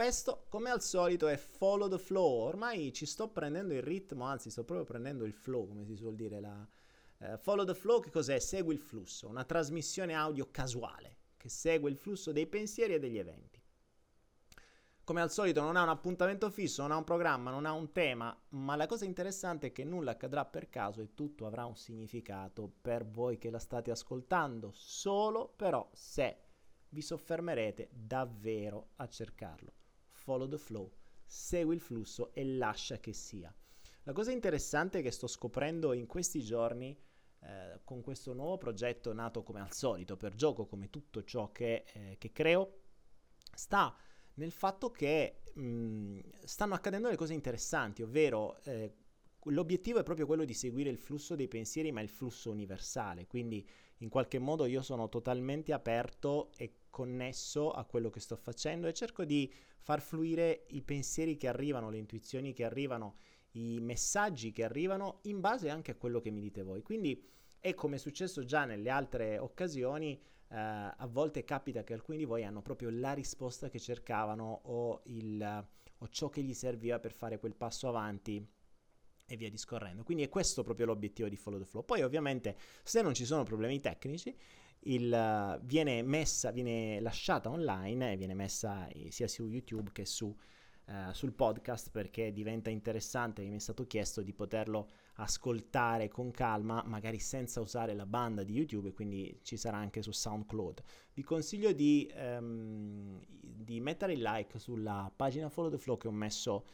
questo, come al solito, è follow the flow. Ormai ci sto prendendo il ritmo, anzi sto proprio prendendo il flow, come si suol dire. Follow the flow che cos'è? Segui il flusso, una trasmissione audio casuale che segue il flusso dei pensieri e degli eventi. Come al solito non ha un appuntamento fisso, non ha un programma, non ha un tema, ma la cosa interessante è che nulla accadrà per caso e tutto avrà un significato per voi che la state ascoltando, solo però se vi soffermerete davvero a cercarlo. Follow the flow, segui il flusso e lascia che sia. La cosa interessante che sto scoprendo in questi giorni con questo nuovo progetto nato come al solito per gioco, come tutto ciò che creo, sta nel fatto che stanno accadendo delle cose interessanti, ovvero l'obiettivo è proprio quello di seguire il flusso dei pensieri, ma il flusso universale, quindi in qualche modo io sono totalmente aperto e connesso a quello che sto facendo e cerco di far fluire i pensieri che arrivano, le intuizioni che arrivano, i messaggi che arrivano in base anche a quello che mi dite voi. Quindi è come è successo già nelle altre occasioni, a volte capita che alcuni di voi hanno proprio la risposta che cercavano o ciò che gli serviva per fare quel passo avanti e via discorrendo. Quindi è questo proprio l'obiettivo di Follow the Flow. Poi ovviamente se non ci sono problemi tecnici viene lasciata online e viene messa sia su YouTube che sul podcast, perché diventa interessante, mi è stato chiesto di poterlo ascoltare con calma, magari senza usare la banda di YouTube, e quindi ci sarà anche su SoundCloud. Vi consiglio di mettere il like sulla pagina Follow the Flow che ho messo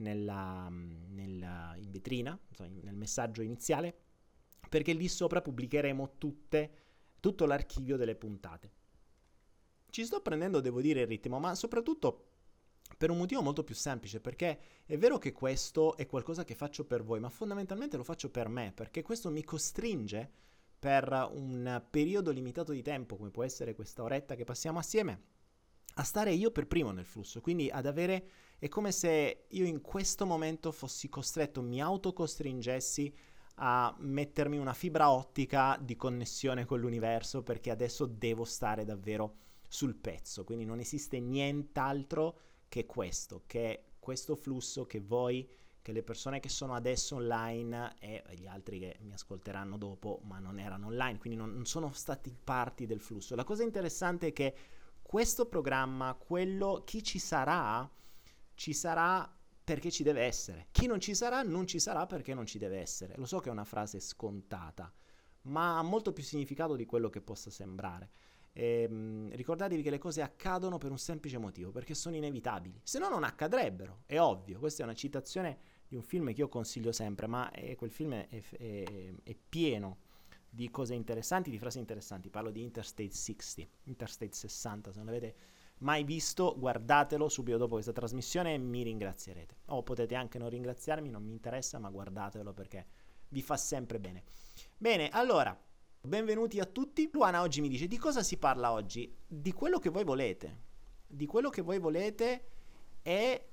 in vetrina, insomma, nel messaggio iniziale, perché lì sopra pubblicheremo tutto l'archivio delle puntate. Ci sto prendendo, devo dire, il ritmo, ma soprattutto per un motivo molto più semplice, perché è vero che questo è qualcosa che faccio per voi, ma fondamentalmente lo faccio per me, perché questo mi costringe per un periodo limitato di tempo, come può essere questa oretta che passiamo assieme, a stare io per primo nel flusso, quindi è come se io in questo momento fossi costretto, mi autocostringessi a mettermi una fibra ottica di connessione con l'universo, perché adesso devo stare davvero sul pezzo, quindi non esiste nient'altro che questo flusso che voi, che le persone che sono adesso online e gli altri che mi ascolteranno dopo ma non erano online, quindi non sono stati parti del flusso. La cosa interessante è che questo programma, chi ci sarà perché ci deve essere. Chi non ci sarà perché non ci deve essere. Lo so che è una frase scontata, ma ha molto più significato di quello che possa sembrare. Ricordatevi che le cose accadono per un semplice motivo, perché sono inevitabili, se no non accadrebbero, è ovvio. Questa è una citazione di un film che io consiglio sempre, ma quel film è pieno di cose interessanti, di frasi interessanti. Parlo di Interstate 60, se non l'avete mai visto guardatelo subito dopo questa trasmissione e mi ringrazierete, o potete anche non ringraziarmi, non mi interessa, ma guardatelo perché vi fa sempre bene. Bene, allora, benvenuti a tutti. Luana oggi mi dice: di cosa si parla oggi? Di quello che voi volete, e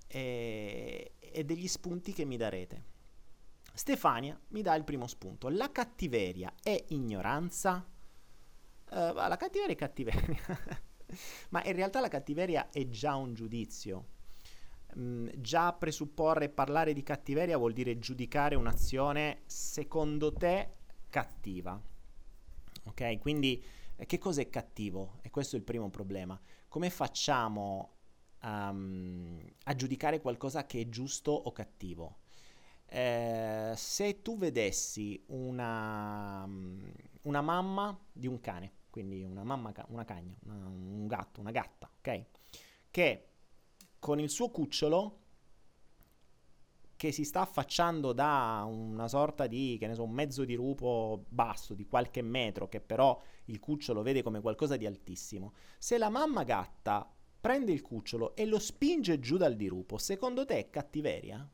degli spunti che mi darete. Stefania mi dà il primo spunto: la cattiveria è ignoranza? La cattiveria è cattiveria ma in realtà la cattiveria è già un giudizio. Già presupporre, parlare di cattiveria vuol dire giudicare un'azione secondo te cattiva. Ok, quindi che cos'è cattivo? E questo è il primo problema. Come facciamo a giudicare qualcosa che è giusto o cattivo? Se tu vedessi una mamma di un cane, quindi una cagna, un gatto, una gatta, ok? Che con il suo cucciolo che si sta affacciando da una sorta di, che ne so, un mezzo dirupo basso di qualche metro, che però il cucciolo vede come qualcosa di altissimo. Se la mamma gatta prende il cucciolo e lo spinge giù dal dirupo, secondo te è cattiveria?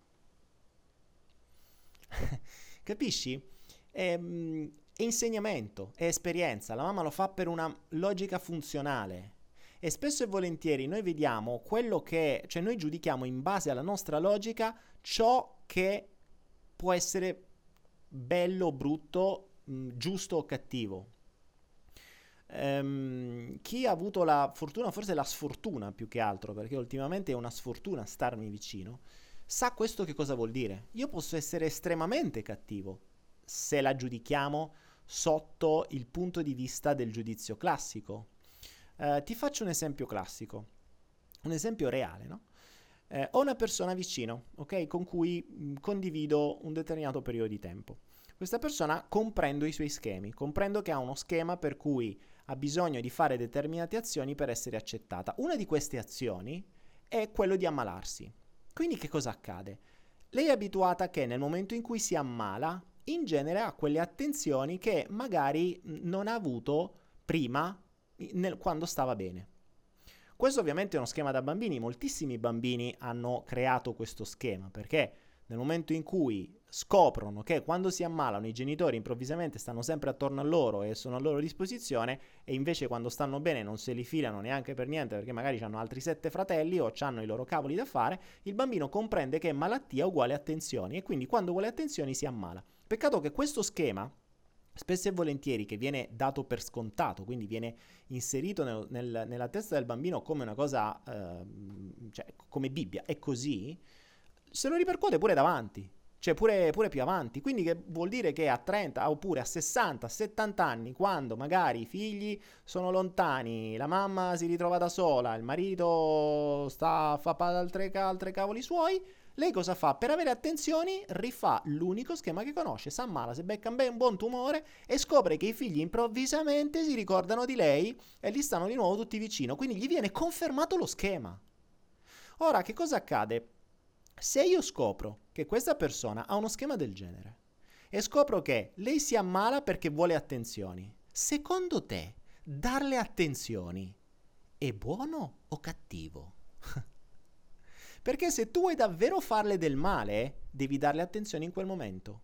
Capisci? È insegnamento, è esperienza. La mamma lo fa per una logica funzionale. E spesso e volentieri noi vediamo cioè noi giudichiamo in base alla nostra logica ciò che può essere bello o brutto, giusto o cattivo. Chi ha avuto la fortuna, forse la sfortuna più che altro, perché ultimamente è una sfortuna starmi vicino, sa questo che cosa vuol dire. Io posso essere estremamente cattivo se la giudichiamo sotto il punto di vista del giudizio classico. Ti faccio un esempio classico, un esempio reale, no? Ho una persona vicino, ok, con cui condivido un determinato periodo di tempo. Questa persona comprendo i suoi schemi, comprendo che ha uno schema per cui ha bisogno di fare determinate azioni per essere accettata. Una di queste azioni è quello di ammalarsi. Quindi che cosa accade? Lei è abituata che nel momento in cui si ammala, in genere ha quelle attenzioni che magari non ha avuto prima quando stava bene. Questo ovviamente è uno schema da bambini, moltissimi bambini hanno creato questo schema, perché nel momento in cui scoprono che quando si ammalano i genitori improvvisamente stanno sempre attorno a loro e sono a loro disposizione, e invece quando stanno bene non se li filano neanche per niente perché magari hanno altri 7 fratelli o hanno i loro cavoli da fare, il bambino comprende che malattia uguale attenzioni e quindi quando vuole attenzioni si ammala. Peccato che questo schema spesso e volentieri, che viene dato per scontato, quindi viene inserito nella testa del bambino come una cosa, cioè come Bibbia, è così, se lo ripercuote pure davanti, cioè pure più avanti. Quindi che vuol dire che a 30 oppure a 60, 70 anni, quando magari i figli sono lontani, la mamma si ritrova da sola, il marito fa altre cavoli suoi, lei cosa fa? Per avere attenzioni rifà l'unico schema che conosce, s'ammala, si becca un buon tumore e scopre che i figli improvvisamente si ricordano di lei e gli stanno di nuovo tutti vicino, quindi gli viene confermato lo schema. Ora, che cosa accade? Se io scopro che questa persona ha uno schema del genere e scopro che lei si ammala perché vuole attenzioni, secondo te darle attenzioni è buono o cattivo? Perché se tu vuoi davvero farle del male, devi darle attenzione in quel momento.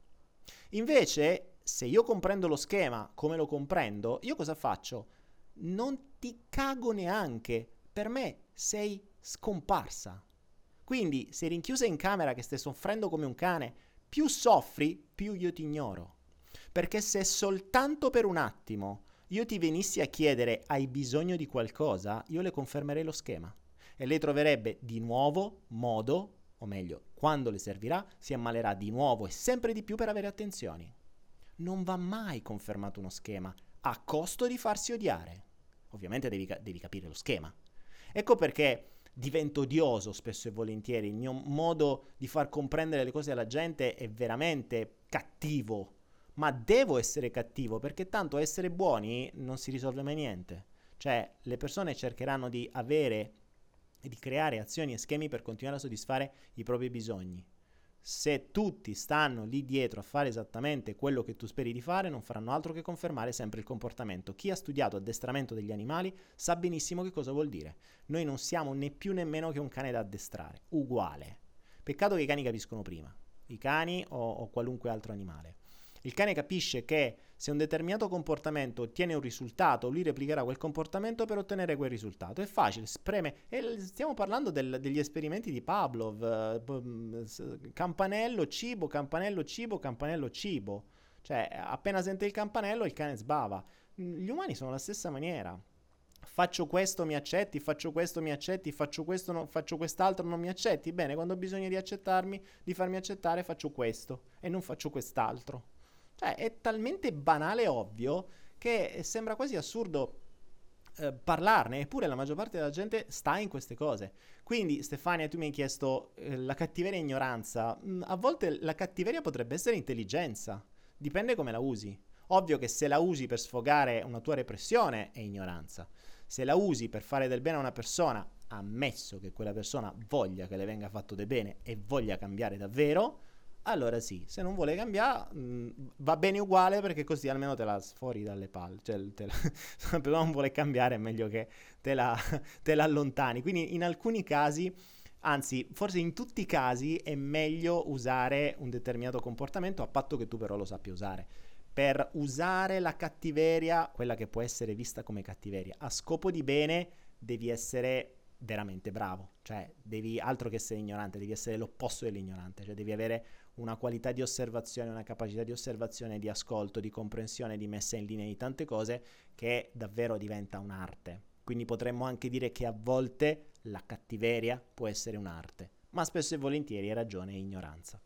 Invece, se io comprendo lo schema come lo comprendo, io cosa faccio? Non ti cago neanche. Per me sei scomparsa. Quindi, sei rinchiusa in camera che stai soffrendo come un cane, più soffri, più io ti ignoro. Perché se soltanto per un attimo io ti venissi a chiedere hai bisogno di qualcosa, io le confermerei lo schema. E lei troverebbe di nuovo modo, o meglio, quando le servirà, si ammalerà di nuovo e sempre di più per avere attenzioni. Non va mai confermato uno schema, a costo di farsi odiare. Ovviamente devi capire lo schema. Ecco perché divento odioso spesso e volentieri, il mio modo di far comprendere le cose alla gente è veramente cattivo, ma devo essere cattivo perché tanto essere buoni non si risolve mai niente. Cioè, le persone cercheranno di avere e di creare azioni e schemi per continuare a soddisfare i propri bisogni. Se tutti stanno lì dietro a fare esattamente quello che tu speri di fare, non faranno altro che confermare sempre il comportamento. Chi ha studiato addestramento degli animali sa benissimo che cosa vuol dire. Noi non siamo né più né meno che un cane da addestrare, uguale. Peccato che i cani capiscono prima, i cani o qualunque altro animale. Il cane capisce che se un determinato comportamento ottiene un risultato, lui replicherà quel comportamento per ottenere quel risultato. È facile, spreme. E stiamo parlando degli esperimenti di Pavlov, campanello, cibo, campanello, cibo, campanello, cibo. Cioè, appena sente il campanello, il cane sbava. Gli umani sono la stessa maniera. Faccio questo, mi accetti, faccio questo, mi accetti, faccio questo, no, faccio quest'altro, non mi accetti. Bene, quando ho bisogno di accettarmi, di farmi accettare, faccio questo e non faccio quest'altro. Cioè, è talmente banale e ovvio che sembra quasi assurdo parlarne, eppure la maggior parte della gente sta in queste cose. Quindi, Stefania, tu mi hai chiesto la cattiveria e ignoranza. A volte la cattiveria potrebbe essere intelligenza, dipende come la usi. Ovvio che se la usi per sfogare una tua repressione è ignoranza. Se la usi per fare del bene a una persona, ammesso che quella persona voglia che le venga fatto del bene e voglia cambiare davvero, allora sì, se non vuole cambiare va bene uguale perché così almeno te la sfori dalle palle, cioè però non vuole cambiare è meglio che te la allontani. Quindi in alcuni casi, anzi forse in tutti i casi è meglio usare un determinato comportamento a patto che tu però lo sappia usare. Per usare la cattiveria, quella che può essere vista come cattiveria, a scopo di bene devi essere veramente bravo, cioè devi altro che essere ignorante, devi essere l'opposto dell'ignorante, cioè devi avere una qualità di osservazione, una capacità di osservazione, di ascolto, di comprensione, di messa in linea di tante cose che davvero diventa un'arte. Quindi potremmo anche dire che a volte la cattiveria può essere un'arte, ma spesso e volentieri è ragione e ignoranza.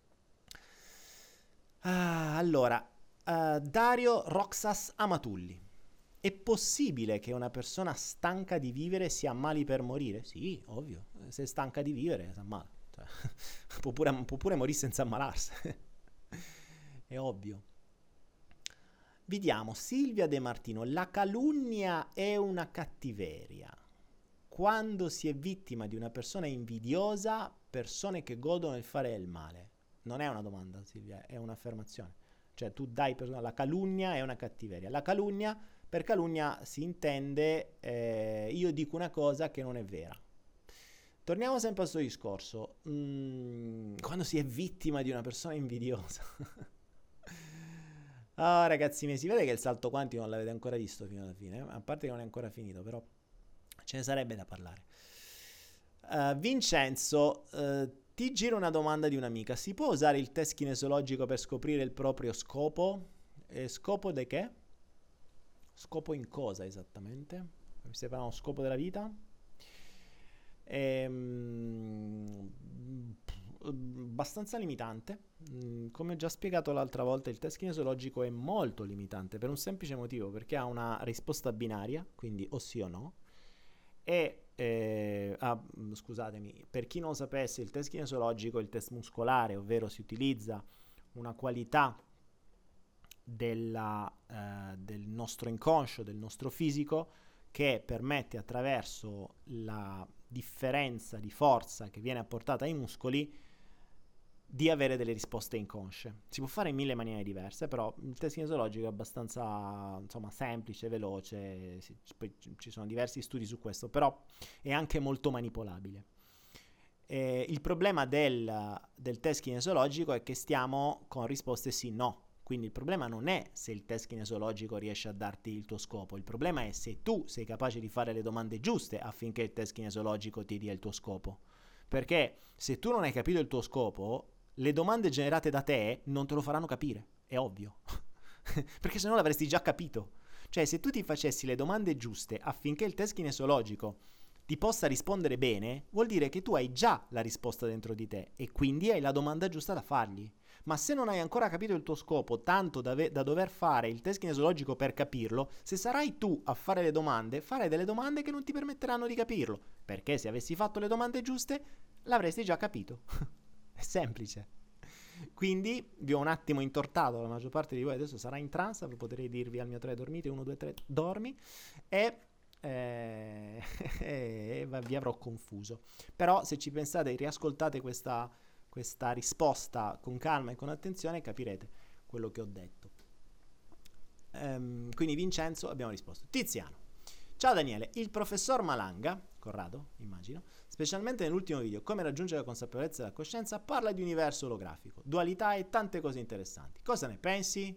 Allora, Dario Roxas Amatulli. È possibile che una persona stanca di vivere si ammali per morire? Sì, ovvio. Se è stanca di vivere, si ammala. Cioè, può pure morire senza ammalarsi. È ovvio. Vediamo, Silvia De Martino. La calunnia è una cattiveria. Quando si è vittima di una persona invidiosa, persone che godono del fare il male. Non è una domanda, Silvia, è un'affermazione. Cioè tu dai la calunnia è una cattiveria. La calunnia, per calunnia si intende io dico una cosa che non è vera. Torniamo sempre al suo discorso. Quando si è vittima di una persona invidiosa. Ah, ragazzi miei, si vede che il salto quantico non l'avete ancora visto fino alla fine, a parte che non è ancora finito, però ce ne sarebbe da parlare. Vincenzo, ti giro una domanda di un'amica. Si può usare il test kinesiologico per scoprire il proprio scopo? Scopo di che? Scopo in cosa esattamente? Mi stai parlando scopo della vita? Abbastanza limitante. Come ho già spiegato l'altra volta, il test kinesiologico è molto limitante per un semplice motivo, perché ha una risposta binaria, quindi o sì o no. E scusatemi, per chi non lo sapesse, il test kinesiologico è il test muscolare, ovvero si utilizza una qualità del nostro inconscio, del nostro fisico, che permette, attraverso la differenza di forza che viene apportata ai muscoli, di avere delle risposte inconsce. Si può fare in mille maniere diverse, però il test kinesiologico è abbastanza, insomma, semplice, veloce, ci sono diversi studi su questo, però è anche molto manipolabile. Il problema del test kinesiologico è che stiamo con risposte sì-no, quindi il problema non è se il test kinesiologico riesce a darti il tuo scopo, il problema è se tu sei capace di fare le domande giuste affinché il test kinesiologico ti dia il tuo scopo. Perché se tu non hai capito il tuo scopo, le domande generate da te non te lo faranno capire, è ovvio. Perché se no l'avresti già capito. Cioè, se tu ti facessi le domande giuste affinché il test kinesiologico ti possa rispondere bene, vuol dire che tu hai già la risposta dentro di te e quindi hai la domanda giusta da fargli. Ma se non hai ancora capito il tuo scopo, tanto da dover fare il test kinesiologico per capirlo, se sarai tu a fare le domande, farai delle domande che non ti permetteranno di capirlo. Perché se avessi fatto le domande giuste, l'avresti già capito. È semplice. Quindi vi ho un attimo intortato, la maggior parte di voi adesso sarà in trance, potrei dirvi al mio 3 dormite, 1, 2, 3 dormi, e vi avrò confuso. Però se ci pensate e riascoltate questa risposta con calma e con attenzione, capirete quello che ho detto. Quindi Vincenzo abbiamo risposto. Tiziano: ciao Daniele, il professor Malanga, Corrado immagino, specialmente nell'ultimo video Come raggiungere la consapevolezza e la coscienza, parla di universo olografico, dualità e tante cose interessanti. Cosa ne pensi?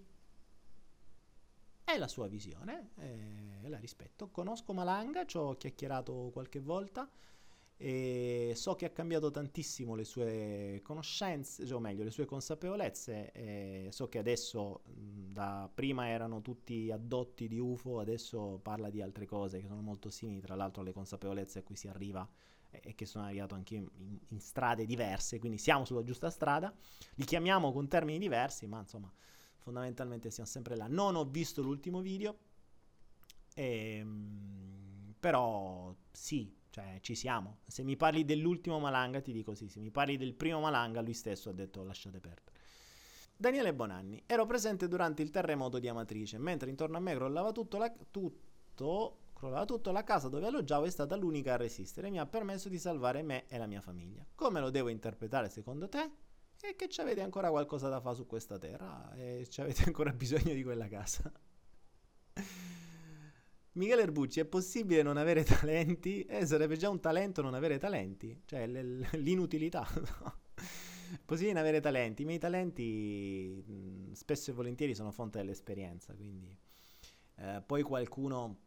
È la sua visione, la rispetto. Conosco Malanga, ci ho chiacchierato qualche volta e so che ha cambiato tantissimo le sue conoscenze, o meglio le sue consapevolezze, e so che adesso, da prima erano tutti addotti di UFO, adesso parla di altre cose che sono molto simili tra l'altro alle consapevolezze a cui si arriva e che sono arrivato anche in strade diverse, quindi siamo sulla giusta strada, li chiamiamo con termini diversi, ma insomma fondamentalmente siamo sempre là. Non ho visto l'ultimo video, però sì, cioè ci siamo. Se mi parli dell'ultimo Malanga ti dico sì, se mi parli del primo Malanga lui stesso ha detto lasciate perdere. Daniele Bonanni: ero presente durante il terremoto di Amatrice, mentre intorno a me crollava tutto, la casa dove alloggiavo è stata l'unica a resistere, mi ha permesso di salvare me e la mia famiglia. Come lo devo interpretare secondo te? E che ci avete ancora qualcosa da fare su questa terra e ci avete ancora bisogno di quella casa. Michele Erbucci: è possibile non avere talenti? Sarebbe già un talento non avere talenti, cioè l'inutilità. È possibile non avere talenti? I miei talenti spesso e volentieri sono fonte dell'esperienza, quindi poi qualcuno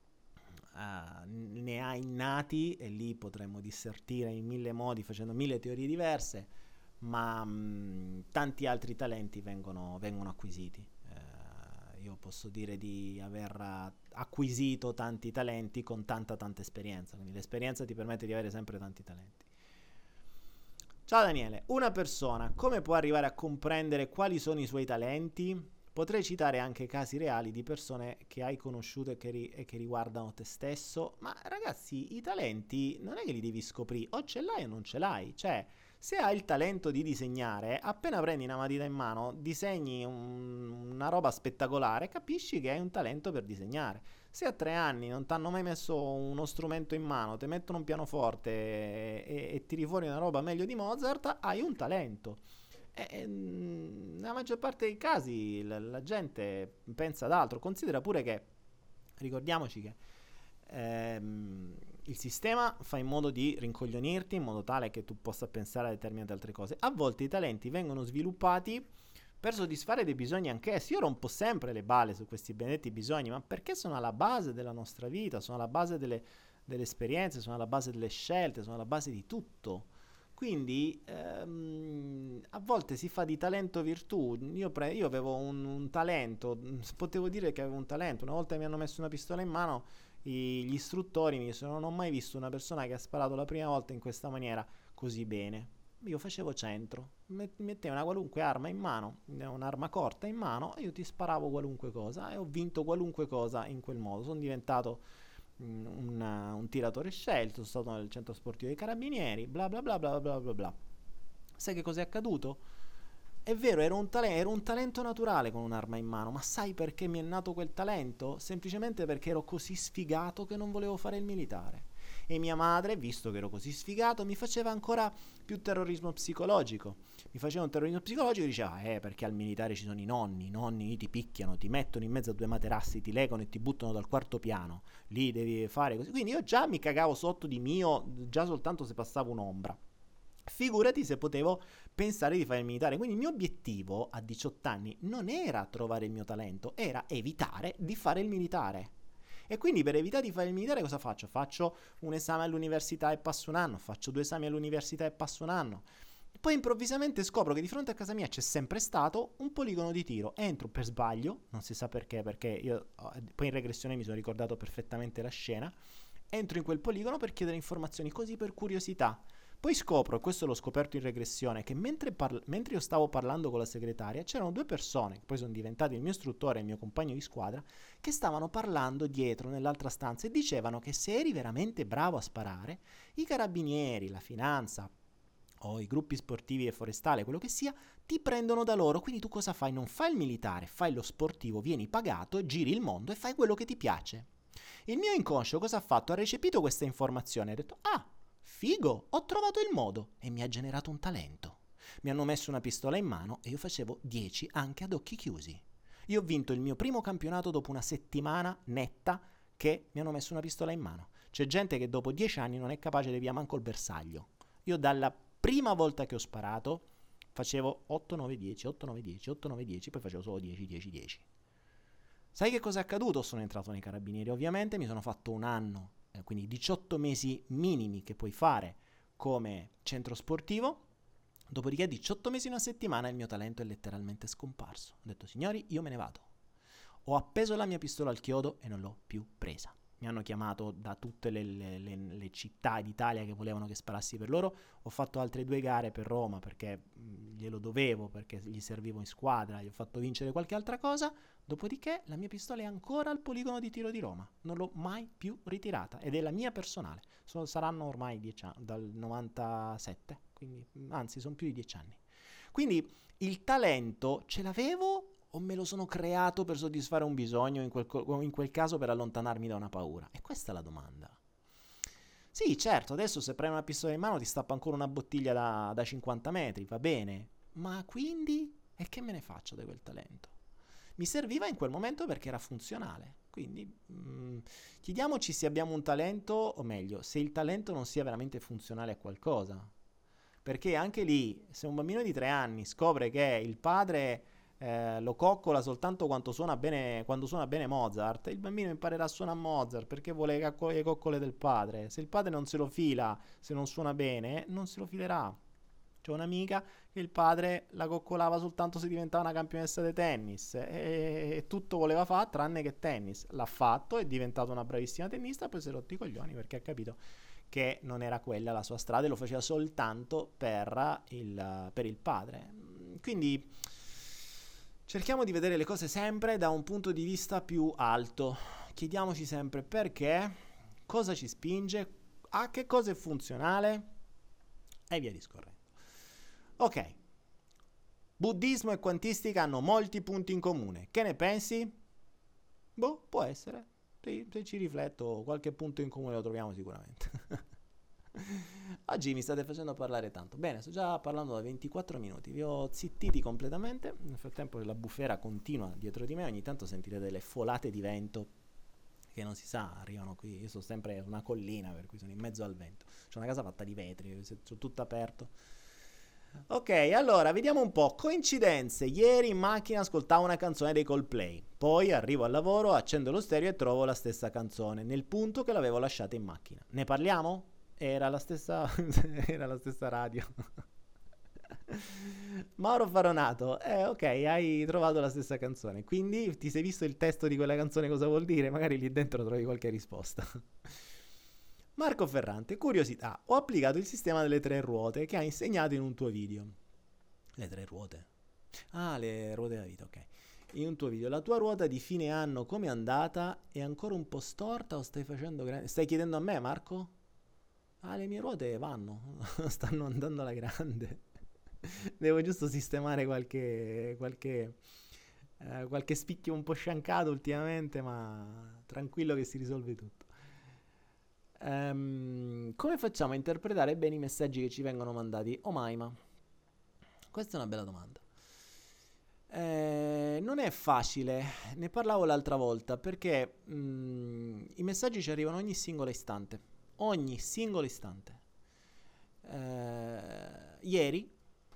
ne ha innati e lì potremmo dissertire in mille modi facendo mille teorie diverse, ma tanti altri talenti vengono acquisiti. Io posso dire di aver acquisito tanti talenti con tanta esperienza, quindi l'esperienza ti permette di avere sempre tanti talenti. Ciao Daniele, una persona come può arrivare a comprendere quali sono i suoi talenti? Potrei citare anche casi reali di persone che hai conosciuto e che riguardano te stesso, ma ragazzi, i talenti non è che li devi scoprire, o ce l'hai o non ce l'hai, cioè se hai il talento di disegnare, appena prendi una matita in mano, disegni una roba spettacolare, capisci che hai un talento per disegnare. Se a 3 anni non ti hanno mai messo uno strumento in mano, ti mettono un pianoforte e tiri fuori una roba meglio di Mozart, hai un talento. Nella maggior parte dei casi la gente pensa ad altro. Considera pure che, ricordiamoci che il sistema fa in modo di rincoglionirti in modo tale che tu possa pensare a determinate altre cose. A volte i talenti vengono sviluppati per soddisfare dei bisogni anch'essi. Io rompo sempre le balle su questi benedetti bisogni, ma perché sono alla base della nostra vita, sono alla base delle esperienze, sono alla base delle scelte, sono alla base di tutto. Quindi a volte si fa di talento virtù. Io avevo un talento, potevo dire che avevo un talento. Una volta mi hanno messo una pistola in mano gli istruttori, mi dissero: non ho mai visto una persona che ha sparato la prima volta in questa maniera così bene. Io facevo centro, mettevo una qualunque arma in mano, un'arma corta in mano, e io ti sparavo qualunque cosa e ho vinto qualunque cosa in quel modo. Sono diventato un tiratore scelto, sono stato nel centro sportivo dei carabinieri, bla bla bla bla bla bla bla. Sai che cos'è accaduto? È vero, ero un talento naturale con un'arma in mano, ma sai perché mi è nato quel talento? Semplicemente perché ero così sfigato che non volevo fare il militare. E mia madre, visto che ero così sfigato, mi faceva ancora più terrorismo psicologico. Mi faceva un terrorismo psicologico e diceva: perché al militare ci sono i nonni ti picchiano, ti mettono in mezzo a 2 materassi, ti legano e ti buttano dal 4º piano. Lì devi fare così. Quindi io già mi cagavo sotto di mio, già soltanto se passava un'ombra. Figurati se potevo pensare di fare il militare. Quindi il mio obiettivo a 18 anni non era trovare il mio talento, era evitare di fare il militare. E quindi per evitare di fare il militare cosa faccio? Faccio un esame all'università e passo un anno, faccio 2 esami all'università e passo un anno. Poi improvvisamente scopro che di fronte a casa mia c'è sempre stato un poligono di tiro. Entro per sbaglio, non si sa perché io poi in regressione mi sono ricordato perfettamente la scena. Entro in quel poligono per chiedere informazioni, così per curiosità. Poi scopro, e questo l'ho scoperto in regressione, che mentre io stavo parlando con la segretaria, c'erano 2 persone, che poi sono diventati il mio istruttore e il mio compagno di squadra, che stavano parlando dietro nell'altra stanza e dicevano che se eri veramente bravo a sparare, i carabinieri, la finanza o i gruppi sportivi e forestali, quello che sia, ti prendono da loro. Quindi tu cosa fai? Non fai il militare, fai lo sportivo, vieni pagato, giri il mondo e fai quello che ti piace. Il mio inconscio cosa ha fatto? Ha recepito questa informazione e ha detto: ah, figo, ho trovato il modo, e mi ha generato un talento. Mi hanno messo una pistola in mano e io facevo 10 anche ad occhi chiusi. Io ho vinto il mio primo campionato dopo una settimana netta che mi hanno messo una pistola in mano. C'è gente che dopo 10 anni non è capace di via manco il bersaglio. Io dalla prima volta che ho sparato facevo 8, 9, 10, 8, 9, 10, 8, 9, 10, poi facevo solo 10, 10, 10. Sai che cosa è accaduto? Sono entrato nei carabinieri, ovviamente, mi sono fatto un anno, quindi 18 mesi minimi che puoi fare come centro sportivo. Dopodiché 18 mesi in una settimana il mio talento è letteralmente scomparso. Ho detto: signori, io me ne vado. Ho appeso la mia pistola al chiodo e non l'ho più presa. Mi hanno chiamato da tutte le città d'Italia che volevano che sparassi per loro. Ho fatto altre 2 gare per Roma perché glielo dovevo, perché gli servivo in squadra, gli ho fatto vincere qualche altra cosa. Dopodiché la mia pistola è ancora al poligono di tiro di Roma. Non l'ho mai più ritirata ed è la mia personale. Saranno ormai 10 anni, dal 97, quindi anzi sono più di 10 anni. Quindi il talento ce l'avevo o me lo sono creato per soddisfare un bisogno, in quel caso per allontanarmi da una paura? E questa è la domanda. Sì, certo, adesso se prendi una pistola in mano ti stappa ancora una bottiglia da 50 metri, va bene, ma quindi? E che me ne faccio di quel talento? Mi serviva in quel momento perché era funzionale. Quindi chiediamoci se abbiamo un talento, o meglio, se il talento non sia veramente funzionale a qualcosa. Perché anche lì, se un bambino di 3 anni scopre che il padre lo coccola soltanto quando suona bene Mozart, il bambino imparerà a suonare Mozart perché vuole le coccole del padre. Se il padre non se lo fila, se non suona bene, non se lo filerà. C'è un'amica che il padre la coccolava soltanto se diventava una campionessa di tennis e tutto voleva fare tranne che tennis. L'ha fatto, è diventata una bravissima tennista, poi si è rotto i coglioni perché ha capito che non era quella la sua strada e lo faceva soltanto per il padre. Quindi cerchiamo di vedere le cose sempre da un punto di vista più alto. Chiediamoci sempre perché, cosa ci spinge, a che cosa è funzionale e via discorrendo. Ok, buddismo e quantistica hanno molti punti in comune. Che ne pensi? Boh, può essere. Se ci rifletto, qualche punto in comune lo troviamo sicuramente. Oggi mi state facendo parlare tanto. Bene, sto già parlando da 24 minuti. Vi ho zittiti completamente. Nel frattempo la bufera continua dietro di me. Ogni tanto sentirete delle folate di vento che non si sa, arrivano qui. Io sono sempre su una collina, per cui sono in mezzo al vento. C'è una casa fatta di vetri, c'è tutto aperto. Ok, allora, vediamo un po'. Coincidenze. Ieri in macchina ascoltavo una canzone dei Coldplay. Poi arrivo al lavoro, accendo lo stereo e trovo la stessa canzone, nel punto che l'avevo lasciata in macchina. Ne parliamo? Era la stessa radio. Mauro Faronato, ok, hai trovato la stessa canzone. Quindi ti sei visto il testo di quella canzone, cosa vuol dire? Magari lì dentro trovi qualche risposta. Marco Ferrante, curiosità, ho applicato il sistema delle 3 ruote che hai insegnato in un tuo video. Le 3 ruote? Ah, le ruote della vita, ok. In un tuo video, la tua ruota di fine anno come è andata? È ancora un po' storta o stai facendo grande? Stai chiedendo a me, Marco? Ah, le mie ruote vanno, stanno andando alla grande. Devo giusto sistemare qualche spicchio un po' sciancato ultimamente, ma tranquillo che si risolve tutto. Come facciamo a interpretare bene i messaggi che ci vengono mandati? Maima, questa è una bella domanda. Non è facile, ne parlavo l'altra volta, perché i messaggi ci arrivano ogni singolo istante. Ieri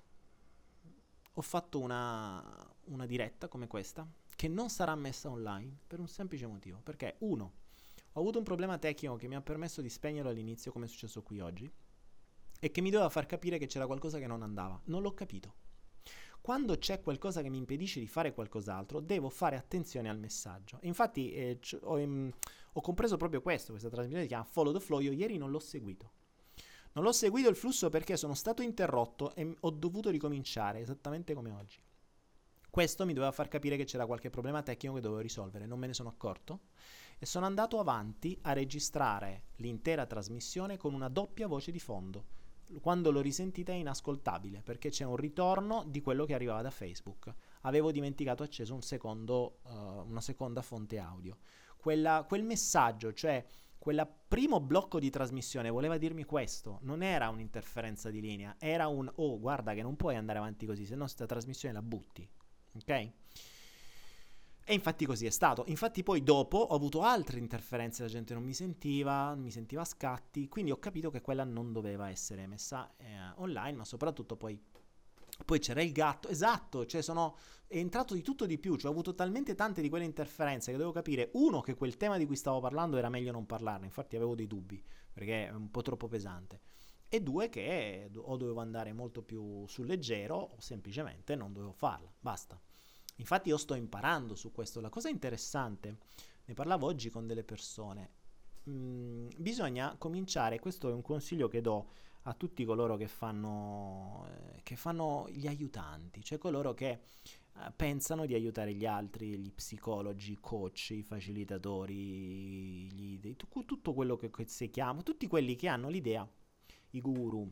ho fatto una diretta come questa che non sarà messa online per un semplice motivo, perché ho avuto un problema tecnico che mi ha permesso di spegnerlo all'inizio, come è successo qui oggi, e che mi doveva far capire che c'era qualcosa che non andava. Non l'ho capito. Quando c'è qualcosa che mi impedisce di fare qualcos'altro, devo fare attenzione al messaggio. Infatti ho compreso proprio questa trasmissione si chiama Follow the Flow. Io ieri non l'ho seguito. Non l'ho seguito il flusso perché sono stato interrotto e ho dovuto ricominciare esattamente come oggi. Questo mi doveva far capire che c'era qualche problema tecnico che dovevo risolvere. Non me ne sono accorto e sono andato avanti a registrare l'intera trasmissione con una doppia voce di fondo. Quando l'ho risentita è inascoltabile perché c'è un ritorno di quello che arrivava da Facebook. Avevo dimenticato acceso una seconda fonte audio. Quel messaggio, cioè quel primo blocco di trasmissione voleva dirmi questo, non era un'interferenza di linea, era guarda che non puoi andare avanti così, se no sta trasmissione la butti, ok? E infatti così è stato. Infatti poi dopo ho avuto altre interferenze, la gente non mi sentiva a scatti, quindi ho capito che quella non doveva essere messa online, ma soprattutto poi c'era il gatto, esatto, cioè è entrato di tutto di più, cioè ho avuto talmente tante di quelle interferenze che dovevo capire, che quel tema di cui stavo parlando era meglio non parlarne, infatti avevo dei dubbi, perché è un po' troppo pesante, e 2 che o dovevo andare molto più sul leggero o semplicemente non dovevo farla, basta. Infatti io sto imparando su questo. La cosa interessante, ne parlavo oggi con delle persone, bisogna cominciare, questo è un consiglio che do a tutti coloro che fanno gli aiutanti, cioè coloro che pensano di aiutare gli altri, gli psicologi, i coach, i facilitatori, tutto quello che si chiama, tutti quelli che hanno l'idea, i guru,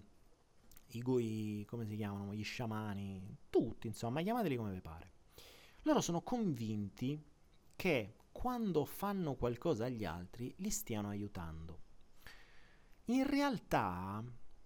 come si chiamano, gli sciamani, tutti, insomma, chiamateli come vi pare. Loro sono convinti che quando fanno qualcosa agli altri li stiano aiutando. In realtà,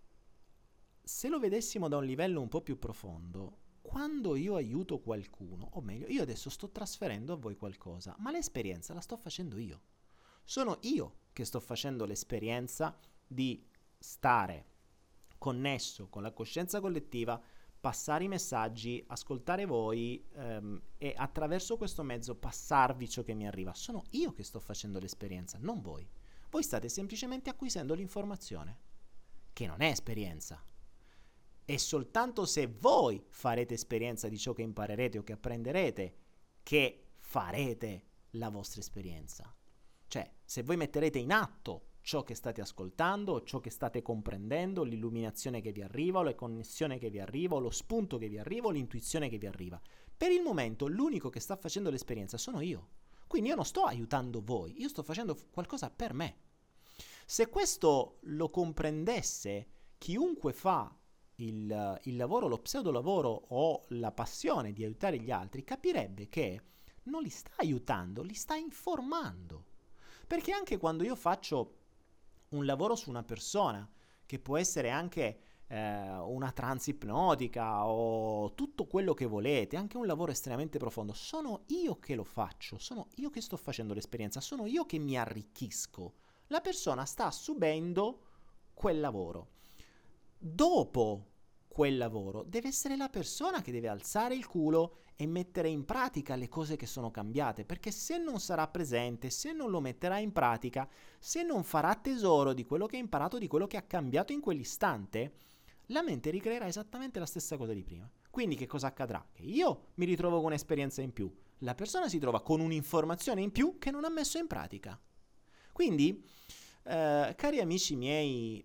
se lo vedessimo da un livello un po' più profondo, quando io aiuto qualcuno, o meglio, io adesso sto trasferendo a voi qualcosa, ma l'esperienza la sto facendo io. Sono io che sto facendo l'esperienza di stare connesso con la coscienza collettiva, passare i messaggi, ascoltare voi e attraverso questo mezzo passarvi ciò che mi arriva. Sono io che sto facendo l'esperienza, non voi. Voi state semplicemente acquisendo l'informazione, che non è esperienza. È soltanto se voi farete esperienza di ciò che imparerete o che apprenderete che farete la vostra esperienza. Cioè, se voi metterete in atto ciò che state ascoltando, ciò che state comprendendo, l'illuminazione che vi arriva, la connessione che vi arriva, lo spunto che vi arriva, l'intuizione che vi arriva. Per il momento l'unico che sta facendo l'esperienza sono io. Quindi io non sto aiutando voi, io sto facendo qualcosa per me. Se questo lo comprendesse chiunque fa il lavoro, lo pseudolavoro o la passione di aiutare gli altri, capirebbe che non li sta aiutando, li sta informando. Perché anche quando io faccio un lavoro su una persona, che può essere anche una trance ipnotica o tutto quello che volete, anche un lavoro estremamente profondo, sono io che lo faccio, sono io che sto facendo l'esperienza, sono io che mi arricchisco. La persona sta subendo quel lavoro. Dopo quel lavoro deve essere la persona che deve alzare il culo e mettere in pratica le cose che sono cambiate, perché se non sarà presente, se non lo metterà in pratica, se non farà tesoro di quello che ha imparato, di quello che ha cambiato in quell'istante, la mente ricreerà esattamente la stessa cosa di prima. Quindi che cosa accadrà? Che io mi ritrovo con un'esperienza in più, la persona si trova con un'informazione in più che non ha messo in pratica. Quindi, cari amici miei,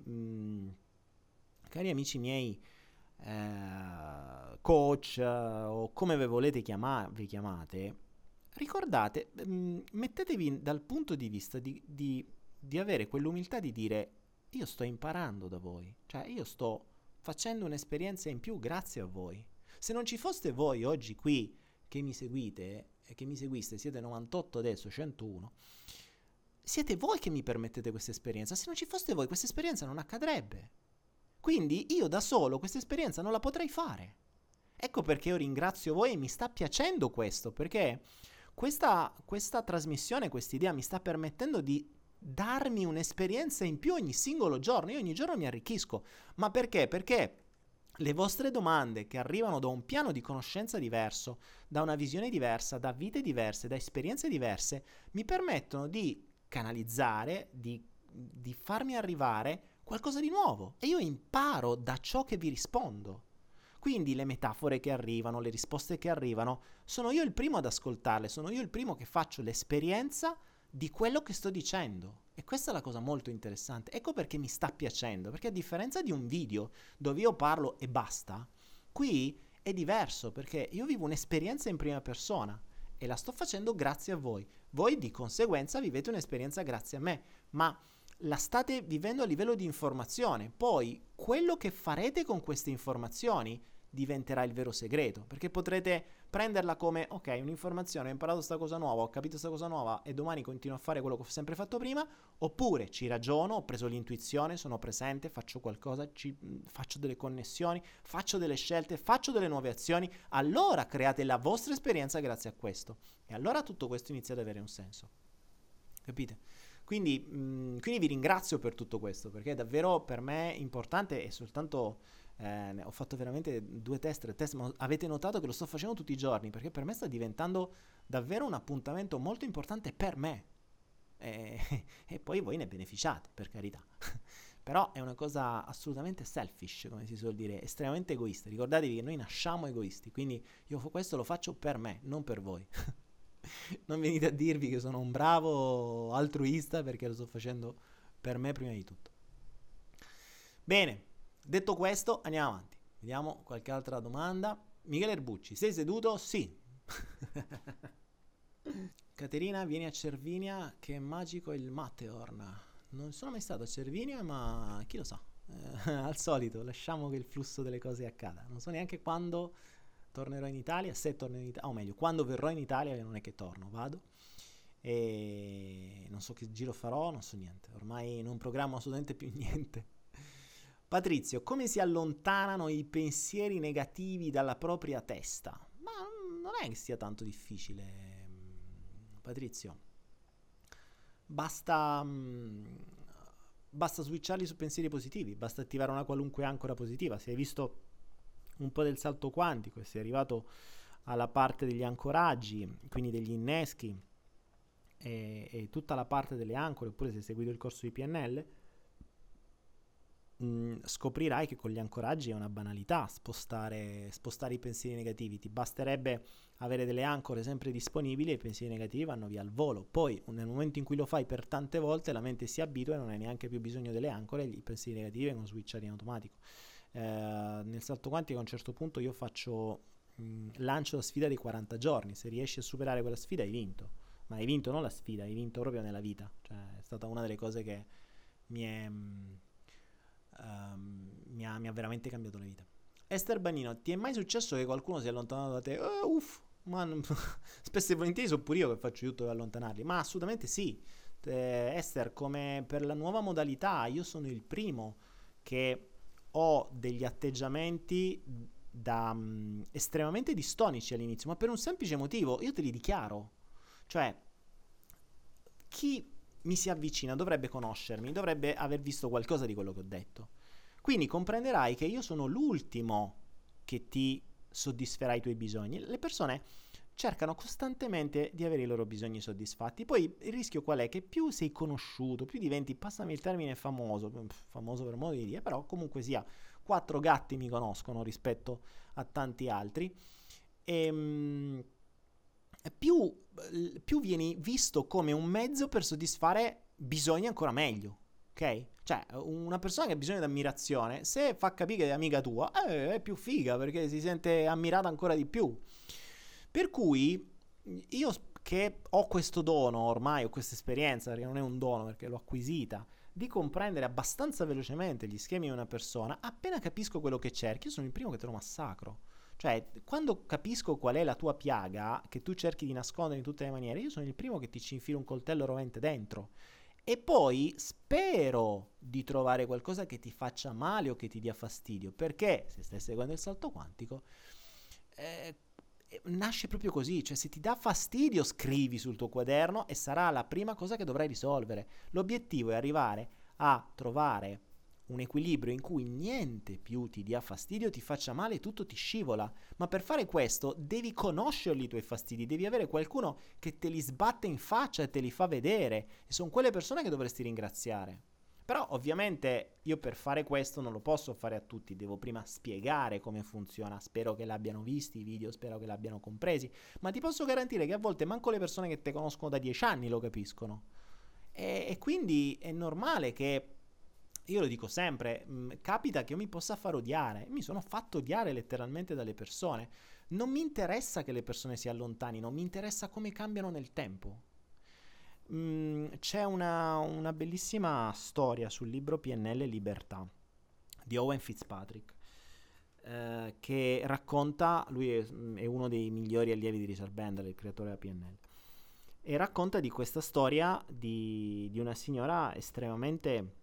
coach o come vi volete vi chiamate, ricordate, mettetevi dal punto di vista di avere quell'umiltà di dire: io sto imparando da voi, cioè io sto facendo un'esperienza in più grazie a voi. Se non ci foste voi oggi qui che mi seguite e che mi seguiste, siete 98 adesso, 101, siete voi che mi permettete questa esperienza. Se non ci foste voi, questa esperienza non accadrebbe. Quindi io da solo questa esperienza non la potrei fare. Ecco perché io ringrazio voi e mi sta piacendo questo, perché questa trasmissione, questa idea mi sta permettendo di darmi un'esperienza in più ogni singolo giorno. Io ogni giorno mi arricchisco. Ma perché? Perché le vostre domande che arrivano da un piano di conoscenza diverso, da una visione diversa, da vite diverse, da esperienze diverse, mi permettono di canalizzare, di farmi arrivare qualcosa di nuovo, e io imparo da ciò che vi rispondo. Quindi le metafore che arrivano, le risposte che arrivano, sono io il primo ad ascoltarle, sono io il primo che faccio l'esperienza di quello che sto dicendo. E questa è la cosa molto interessante. Ecco perché mi sta piacendo, perché a differenza di un video dove io parlo e basta, qui è diverso, perché io vivo un'esperienza in prima persona e la sto facendo grazie a voi. Voi di conseguenza vivete un'esperienza grazie a me, ma la state vivendo a livello di informazione. Poi quello che farete con queste informazioni diventerà il vero segreto, perché potrete prenderla come: ok, un'informazione, ho imparato sta cosa nuova, ho capito sta cosa nuova e domani continuo a fare quello che ho sempre fatto prima. Oppure ci ragiono, ho preso l'intuizione, sono presente, faccio qualcosa, faccio delle connessioni, faccio delle scelte, faccio delle nuove azioni. Allora create la vostra esperienza grazie a questo, e allora tutto questo inizia ad avere un senso. Capite? Quindi vi ringrazio per tutto questo, perché è davvero per me importante. E soltanto ho fatto veramente 2 test, 3 test, ma avete notato che lo sto facendo tutti i giorni, perché per me sta diventando davvero un appuntamento molto importante per me, e poi voi ne beneficiate, per carità. Però è una cosa assolutamente selfish, come si suol dire, estremamente egoista. Ricordatevi che noi nasciamo egoisti, quindi io questo lo faccio per me, non per voi. Non venite a dirvi che sono un bravo altruista, perché lo sto facendo per me prima di tutto. Bene, detto questo, andiamo avanti. Vediamo qualche altra domanda. Michele Erbucci, sei seduto? Sì. Caterina, vieni a Cervinia, che è magico il Matterhorn. Non sono mai stato a Cervinia, ma chi lo sa. Al solito, lasciamo che il flusso delle cose accada. Non so neanche quando tornerò in Italia, se tornerò in Italia, o meglio, quando verrò in Italia, non è che torno, vado. E non so che giro farò, non so niente. Ormai non programmo assolutamente più niente. Patrizio, come si allontanano i pensieri negativi dalla propria testa? Ma non è che sia tanto difficile, Patrizio. Basta switcharli su pensieri positivi, basta attivare una qualunque ancora positiva. Se hai visto un po' del salto quantico e sei arrivato alla parte degli ancoraggi, quindi degli inneschi e tutta la parte delle ancore, oppure se hai seguito il corso di PNL, scoprirai che con gli ancoraggi è una banalità spostare i pensieri negativi. Ti basterebbe avere delle ancore sempre disponibili e i pensieri negativi vanno via al volo. Poi nel momento in cui lo fai per tante volte la mente si abitua e non hai neanche più bisogno delle ancore, i pensieri negativi vengono switchati in automatico. Nel salto quantico a un certo punto io lancio la sfida dei 40 giorni. Se riesci a superare quella sfida hai vinto, ma hai vinto non la sfida, hai vinto proprio nella vita. Cioè, è stata una delle cose che mi ha veramente cambiato la vita. Esther Banino, ti è mai successo che qualcuno si è allontanato da te? Ma spesso e volentieri so pure io che faccio tutto per allontanarli, ma assolutamente sì. Esther, come per la nuova modalità, io sono il primo che ho degli atteggiamenti estremamente distonici all'inizio, ma per un semplice motivo, io te li dichiaro. Cioè, chi mi si avvicina dovrebbe conoscermi, dovrebbe aver visto qualcosa di quello che ho detto. Quindi comprenderai che io sono l'ultimo che ti soddisferà i tuoi bisogni. Le persone cercano costantemente di avere i loro bisogni soddisfatti. Poi il rischio qual è? Che più sei conosciuto, più diventi, passami il termine, famoso per modo di dire, però comunque sia, 4 gatti mi conoscono rispetto a tanti altri, e più vieni visto come un mezzo per soddisfare bisogni ancora meglio, ok? Cioè, una persona che ha bisogno di ammirazione, se fa capire che è amica tua, è più figa perché si sente ammirata ancora di più. Per cui io che ho questo dono ormai, ho questa esperienza, perché non è un dono, perché l'ho acquisita, di comprendere abbastanza velocemente gli schemi di una persona, appena capisco quello che cerchi, io sono il primo che te lo massacro. Cioè, quando capisco qual è la tua piaga, che tu cerchi di nascondere in tutte le maniere, io sono il primo che ti ci infilo un coltello rovente dentro. E poi spero di trovare qualcosa che ti faccia male o che ti dia fastidio, perché se stai seguendo il salto quantico, nasce proprio così. Cioè, se ti dà fastidio, scrivi sul tuo quaderno e sarà la prima cosa che dovrai risolvere. L'obiettivo è arrivare a trovare un equilibrio in cui niente più ti dia fastidio, ti faccia male, tutto ti scivola. Ma per fare questo devi conoscerli i tuoi fastidi, devi avere qualcuno che te li sbatte in faccia e te li fa vedere, e sono quelle persone che dovresti ringraziare. Però ovviamente io per fare questo non lo posso fare a tutti, devo prima spiegare come funziona. Spero che l'abbiano visti i video, spero che l'abbiano compresi, ma ti posso garantire che a volte manco le persone che te conoscono da 10 anni lo capiscono. E quindi è normale che, io lo dico sempre, capita che io mi possa far odiare. Mi sono fatto odiare letteralmente dalle persone. Non mi interessa che le persone si allontanino, mi interessa come cambiano nel tempo. C'è una bellissima storia sul libro PNL Libertà di Owen Fitzpatrick, che racconta, lui è uno dei migliori allievi di Richard Bandler, il creatore della PNL, e racconta di questa storia di una signora estremamente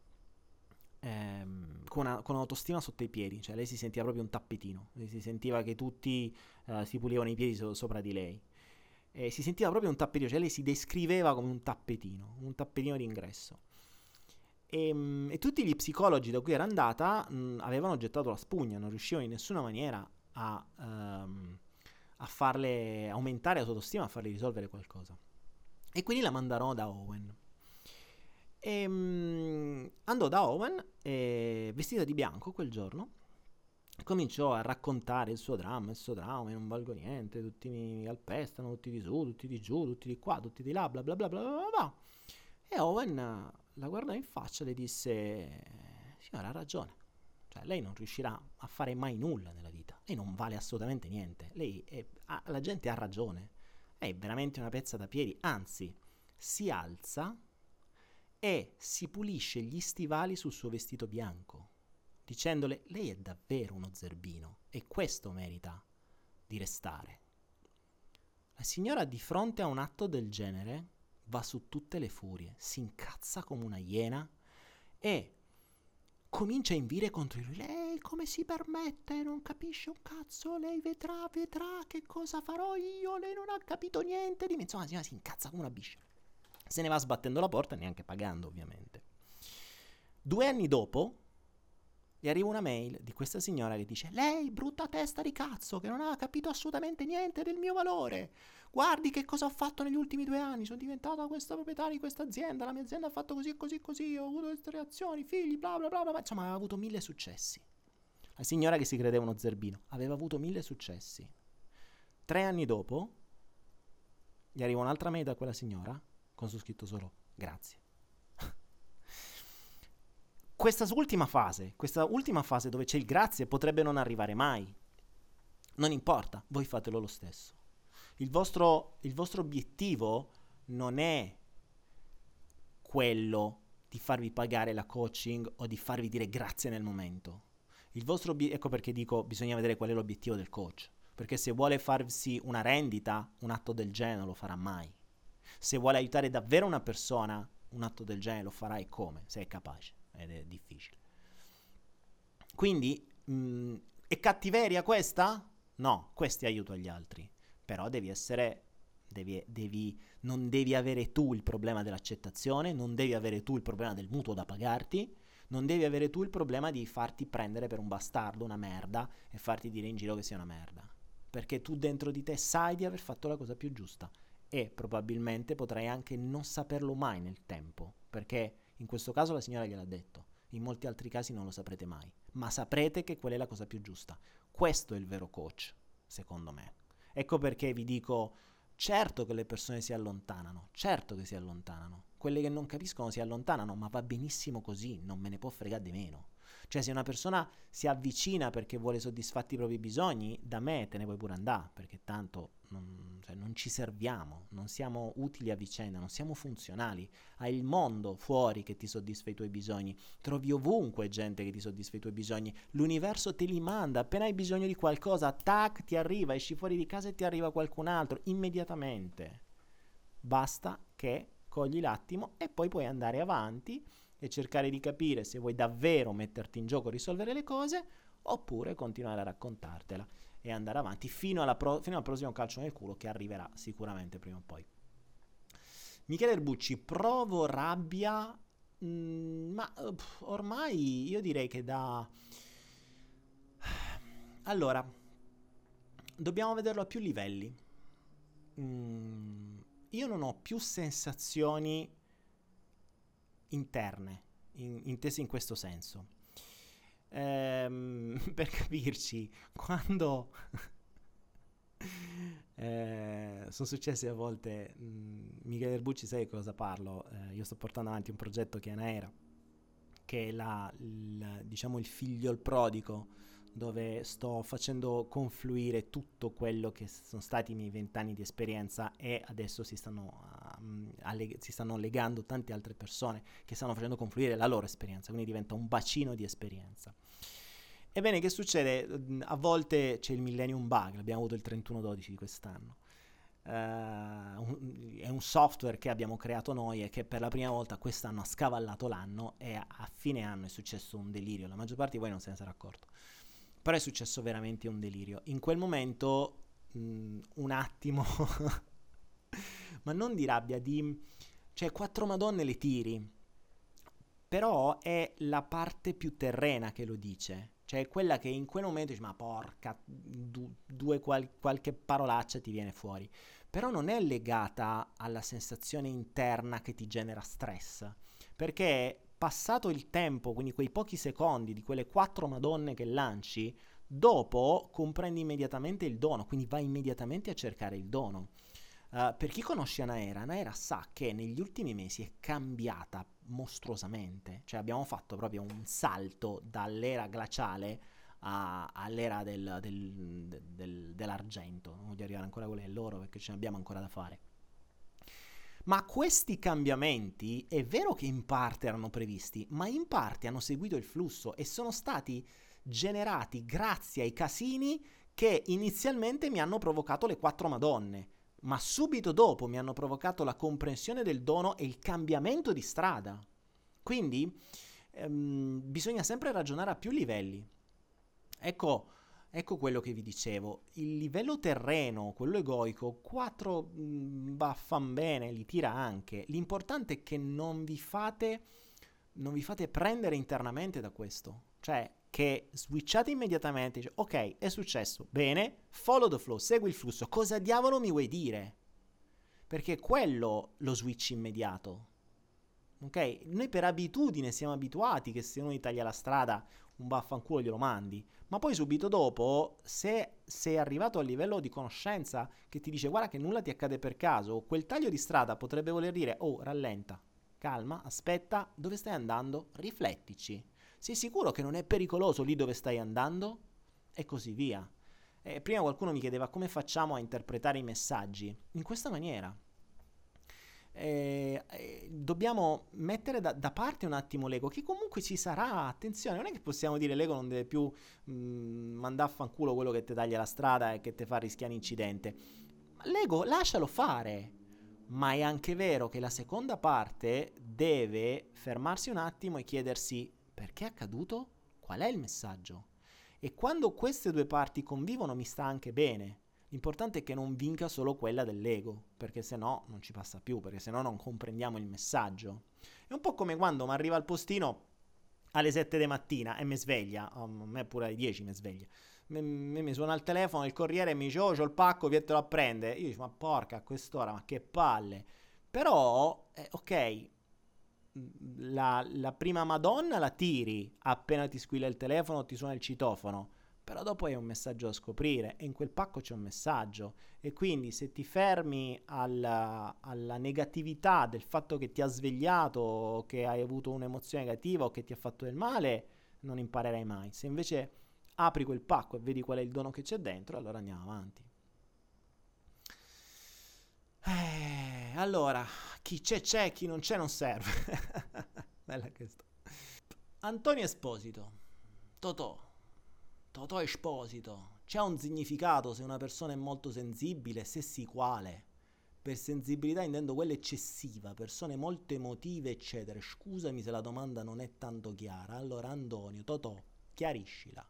con un'autostima sotto i piedi. Cioè lei si sentiva proprio un tappetino, lei si sentiva che tutti si pulivano i piedi sopra di lei, si sentiva proprio un tappetino, cioè lei si descriveva come un tappetino d'ingresso. E tutti gli psicologi da cui era andata avevano gettato la spugna, non riuscivano in nessuna maniera a farle aumentare la sua autostima, a farle risolvere qualcosa. E quindi la mandarono da Owen. Andò da Owen vestita di bianco quel giorno, cominciò a raccontare il suo dramma, io non valgo niente, tutti mi calpestano, tutti di su, tutti di giù, tutti di qua, tutti di là, bla bla bla bla bla bla. E Owen la guardò in faccia e le disse: signora, ha ragione, cioè lei non riuscirà a fare mai nulla nella vita, lei non vale assolutamente niente, la gente ha ragione, è veramente una pezza da piedi, anzi si alza e si pulisce gli stivali sul suo vestito bianco, dicendole: lei è davvero uno zerbino e questo merita di restare. La signora, di fronte a un atto del genere, va su tutte le furie, si incazza come una iena e comincia a invire contro di lui. Lei come si permette? Non capisce un cazzo, lei vedrà che cosa farò io, lei non ha capito niente di me. Insomma, la signora si incazza come una biscia, se ne va sbattendo la porta, neanche pagando ovviamente. 2 anni dopo Gli arriva una mail di questa signora che dice: lei, brutta testa di cazzo, che non ha capito assolutamente niente del mio valore. Guardi che cosa ho fatto negli ultimi 2 anni. Sono diventata questa proprietaria di questa azienda. La mia azienda ha fatto così, così, così. Ho avuto queste reazioni, figli, bla bla bla bla. Insomma, aveva avuto 1000 successi. La signora che si credeva uno zerbino aveva avuto 1000 successi. 3 anni dopo gli arriva un'altra mail da quella signora con su scritto solo grazie. Questa ultima fase dove c'è il grazie potrebbe non arrivare mai. Non importa, voi fatelo lo stesso. Il vostro obiettivo non è quello di farvi pagare la coaching o di farvi dire grazie nel momento. Ecco perché dico bisogna vedere qual è l'obiettivo del coach. Perché se vuole farsi una rendita, un atto del genere non lo farà mai. Se vuole aiutare davvero una persona, un atto del genere lo farà, e come? Se è capace, ed è difficile. Quindi, è cattiveria questa? No, questo è aiuto agli altri. Però non devi avere tu il problema dell'accettazione, non devi avere tu il problema del mutuo da pagarti, non devi avere tu il problema di farti prendere per un bastardo, una merda, e farti dire in giro che sei una merda. Perché tu dentro di te sai di aver fatto la cosa più giusta e probabilmente potrai anche non saperlo mai nel tempo, perché in questo caso la signora gliel'ha detto, in molti altri casi non lo saprete mai, ma saprete che quella è la cosa più giusta. Questo è il vero coach, secondo me. Ecco perché vi dico, certo che le persone si allontanano, certo che si allontanano, quelle che non capiscono si allontanano, ma va benissimo così, non me ne può fregare di meno. Cioè, se una persona si avvicina perché vuole soddisfatti i propri bisogni, da me te ne puoi pure andare, perché tanto non ci serviamo, non siamo utili a vicenda, non siamo funzionali. Hai il mondo fuori che ti soddisfa i tuoi bisogni, trovi ovunque gente che ti soddisfa i tuoi bisogni, l'universo te li manda, appena hai bisogno di qualcosa, tac, ti arriva, esci fuori di casa e ti arriva qualcun altro, immediatamente. Basta che cogli l'attimo e poi puoi andare avanti e cercare di capire se vuoi davvero metterti in gioco e risolvere le cose, oppure continuare a raccontartela e andare avanti fino al prossimo calcio nel culo che arriverà sicuramente prima o poi. Michele Erbucci, provo rabbia, ma ormai io direi che allora, dobbiamo vederlo a più livelli. Io non ho più sensazioni interne, intese in questo senso. Per capirci, quando sono successe a volte, Michele Erbucci, sai di cosa parlo? Io sto portando avanti un progetto che è Anaera, che è diciamo il figlio il prodigo, dove sto facendo confluire tutto quello che sono stati i miei 20 anni di esperienza, e adesso si stanno legando tante altre persone che stanno facendo confluire la loro esperienza, quindi diventa un bacino di esperienza. Ebbene, che succede? A volte c'è il Millennium Bug, l'abbiamo avuto il 31/12 di quest'anno. È un software che abbiamo creato noi e che per la prima volta quest'anno ha scavallato l'anno, e a fine anno è successo un delirio. La maggior parte di voi non se ne sarà accorto, però è successo veramente un delirio. In quel momento, un attimo, ma non di rabbia, cioè 4 madonne le tiri, però è la parte più terrena che lo dice, cioè quella che in quel momento dice ma porca, qualche parolaccia ti viene fuori, però non è legata alla sensazione interna che ti genera stress, perché passato il tempo, quindi quei pochi secondi di quelle 4 madonne che lanci, dopo comprendi immediatamente il dono, quindi vai immediatamente a cercare il dono. Per chi conosce Anaera sa che negli ultimi mesi è cambiata mostruosamente, cioè abbiamo fatto proprio un salto dall'era glaciale all'era dell'argento. Non voglio arrivare ancora a quella dell'oro perché ce ne abbiamo ancora da fare. Ma questi cambiamenti è vero che in parte erano previsti, ma in parte hanno seguito il flusso e sono stati generati grazie ai casini che inizialmente mi hanno provocato le 4 madonne, ma subito dopo mi hanno provocato la comprensione del dono e il cambiamento di strada. Quindi bisogna sempre ragionare a più livelli. Ecco quello che vi dicevo, il livello terreno, quello egoico, 4 vaffan bene, li tira anche. L'importante è che non vi fate prendere internamente da questo. Cioè, che switchate immediatamente, dice, ok, è successo, bene, follow the flow, segui il flusso, cosa diavolo mi vuoi dire? Perché quello lo switch immediato. Ok? Noi per abitudine siamo abituati che se uno ti taglia la strada un vaffanculo glielo mandi, ma poi subito dopo, se sei arrivato al livello di conoscenza che ti dice guarda che nulla ti accade per caso, quel taglio di strada potrebbe voler dire oh rallenta, calma, aspetta, dove stai andando? Riflettici. Sei sicuro che non è pericoloso lì dove stai andando? E così via. Prima qualcuno mi chiedeva come facciamo a interpretare i messaggi. In questa maniera. Dobbiamo mettere da parte un attimo l'ego, che comunque ci sarà, attenzione, non è che possiamo dire l'ego non deve più mandare a fanculo quello che ti taglia la strada e che ti fa rischiare un incidente. L'ego lascialo fare, ma è anche vero che la seconda parte deve fermarsi un attimo e chiedersi perché è accaduto, qual è il messaggio, e quando queste due parti convivono mi sta anche bene. L'importante è che non vinca solo quella dell'ego, perché se no non ci passa più, perché se no non comprendiamo il messaggio. È un po' come quando mi arriva il postino alle 7 di mattina e mi sveglia, a me pure alle 10 mi sveglia, mi suona il telefono, il corriere mi dice oh c'ho il pacco, vietelo a prendere. Io dico ma porca a quest'ora, ma che palle. Però, ok, la prima Madonna la tiri appena ti squilla il telefono, ti suona il citofono. Però dopo hai un messaggio da scoprire e in quel pacco c'è un messaggio, e quindi se ti fermi alla negatività del fatto che ti ha svegliato, che hai avuto un'emozione negativa o che ti ha fatto del male, non imparerai mai. Se invece apri quel pacco e vedi qual è il dono che c'è dentro, allora andiamo avanti. Allora, chi c'è, chi non c'è non serve. Bella questa. Antonio Esposito, Totò Esposito, c'è un significato se una persona è molto sensibile, se sì quale? Per sensibilità intendo quella eccessiva, persone molto emotive eccetera. Scusami se la domanda non è tanto chiara. Allora Antonio, Totò, chiariscila.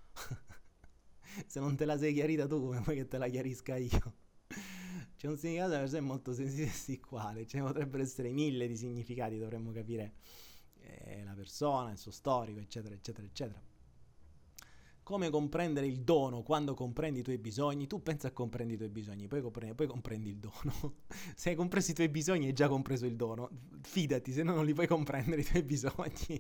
Se non te la sei chiarita tu, come vuoi che te la chiarisca io? C'è un significato se una persona è molto sensibile, sì quale? Ce ne potrebbero essere 1000 di significati, dovremmo capire la persona, il suo storico eccetera eccetera eccetera. Come comprendere il dono quando comprendi i tuoi bisogni? Tu pensa a comprendi i tuoi bisogni, poi comprendi il dono. Se hai compreso i tuoi bisogni hai già compreso il dono. Fidati, se no non li puoi comprendere i tuoi bisogni.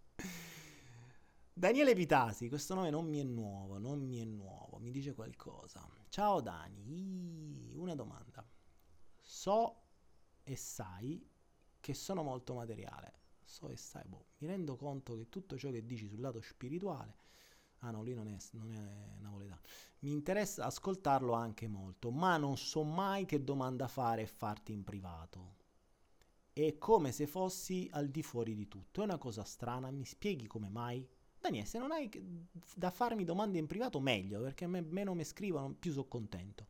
Daniele Vitasi, questo nome non mi è nuovo, mi dice qualcosa. Ciao Dani, una domanda. So e sai che sono molto materiale. So e sai, mi rendo conto che tutto ciò che dici sul lato spirituale, ah no, lì non è napoletano. Mi interessa ascoltarlo anche molto, ma non so mai che domanda fare e farti in privato. È come se fossi al di fuori di tutto. È una cosa strana, mi spieghi come mai? Daniele, se non hai da farmi domande in privato, meglio, perché meno mi scrivono, più sono contento.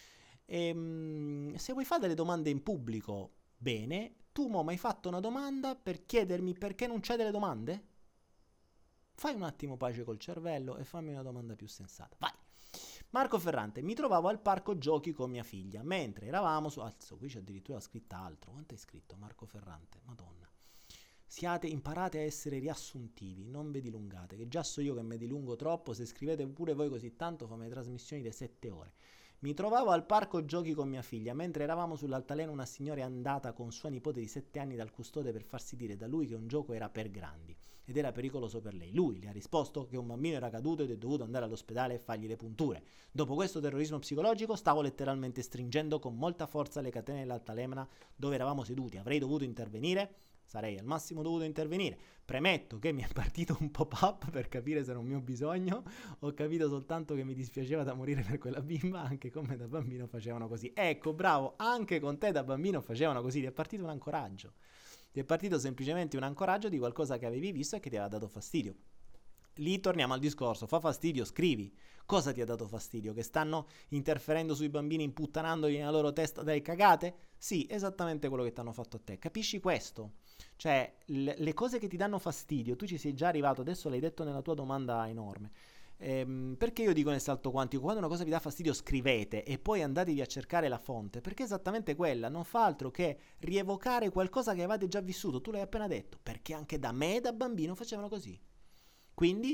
Se vuoi fare delle domande in pubblico, bene. Tu mi hai fatto una domanda per chiedermi perché non c'è delle domande? Fai un attimo pace col cervello e fammi una domanda più sensata. Vai! Marco Ferrante, mi trovavo al parco giochi con mia figlia, mentre eravamo su... qui c'è addirittura scritta altro. Quanto hai scritto, Marco Ferrante? Madonna. Imparate a essere riassuntivi, non vi dilungate, che già so io che mi dilungo troppo, se scrivete pure voi così tanto fammi trasmissioni di 7 ore. Mi trovavo al parco giochi con mia figlia, mentre eravamo sull'altalena una signora è andata con sua nipote di 7 anni dal custode per farsi dire da lui che un gioco era per grandi ed era pericoloso per lei. Lui le ha risposto che un bambino era caduto ed è dovuto andare all'ospedale e fargli le punture. Dopo questo terrorismo psicologico stavo letteralmente stringendo con molta forza le catene dell'altalena dove eravamo seduti. Avrei dovuto intervenire? Sarei al massimo dovuto intervenire. Premetto che mi è partito un pop-up per capire se era un mio bisogno. Ho capito soltanto che mi dispiaceva da morire per quella bimba. Anche con me da bambino facevano così. Ecco, bravo, anche con te da bambino facevano così. Ti è partito un ancoraggio. Ti è partito semplicemente un ancoraggio di qualcosa che avevi visto e che ti aveva dato fastidio. Lì torniamo al discorso, fa fastidio, scrivi. Cosa ti ha dato fastidio? Che stanno interferendo sui bambini, imputtanandoli nella loro testa delle cagate? Sì, esattamente quello che ti hanno fatto a te. Capisci questo? Cioè, le cose che ti danno fastidio, tu ci sei già arrivato, adesso l'hai detto nella tua domanda enorme. Perché io dico nel salto quantico, quando una cosa vi dà fastidio scrivete e poi andatevi a cercare la fonte, perché è esattamente quella, non fa altro che rievocare qualcosa che avete già vissuto. Tu l'hai appena detto, perché anche da me da bambino facevano così. Quindi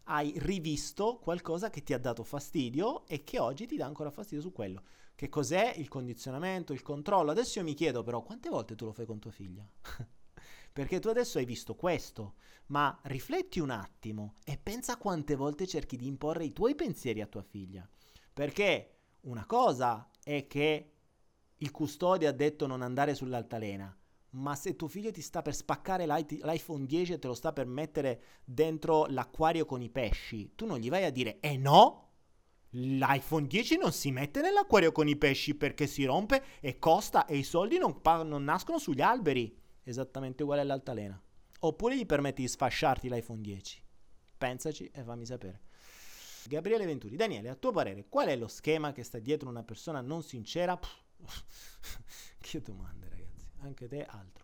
hai rivisto qualcosa che ti ha dato fastidio e che oggi ti dà ancora fastidio su quello. Che cos'è il condizionamento, il controllo? Adesso io mi chiedo però, quante volte tu lo fai con tua figlia? Perché tu adesso hai visto questo, ma rifletti un attimo e pensa quante volte cerchi di imporre i tuoi pensieri a tua figlia. Perché una cosa è che il custode ha detto non andare sull'altalena, ma se tuo figlio ti sta per spaccare l'iPhone 10 e te lo sta per mettere dentro l'acquario con i pesci, tu non gli vai a dire no, l'iPhone 10 non si mette nell'acquario con i pesci perché si rompe e costa e i soldi non nascono sugli alberi. Esattamente uguale all'altalena. Oppure gli permetti di sfasciarti l'iPhone 10. Pensaci e fammi sapere. Gabriele Venturi. Daniele, a tuo parere, qual è lo schema che sta dietro una persona non sincera? Che domande, ragazzi. Anche te altro.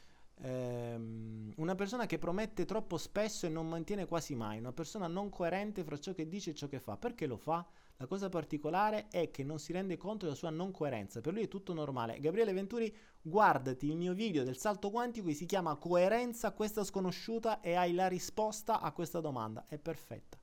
Una persona che promette troppo spesso e non mantiene quasi mai. Una persona non coerente fra ciò che dice e ciò che fa. Perché lo fa? La cosa particolare è che non si rende conto della sua non coerenza. Per lui è tutto normale. Gabriele Venturi, guardati il mio video del salto quantico che si chiama Coerenza, questa sconosciuta, e hai la risposta a questa domanda. È perfetta.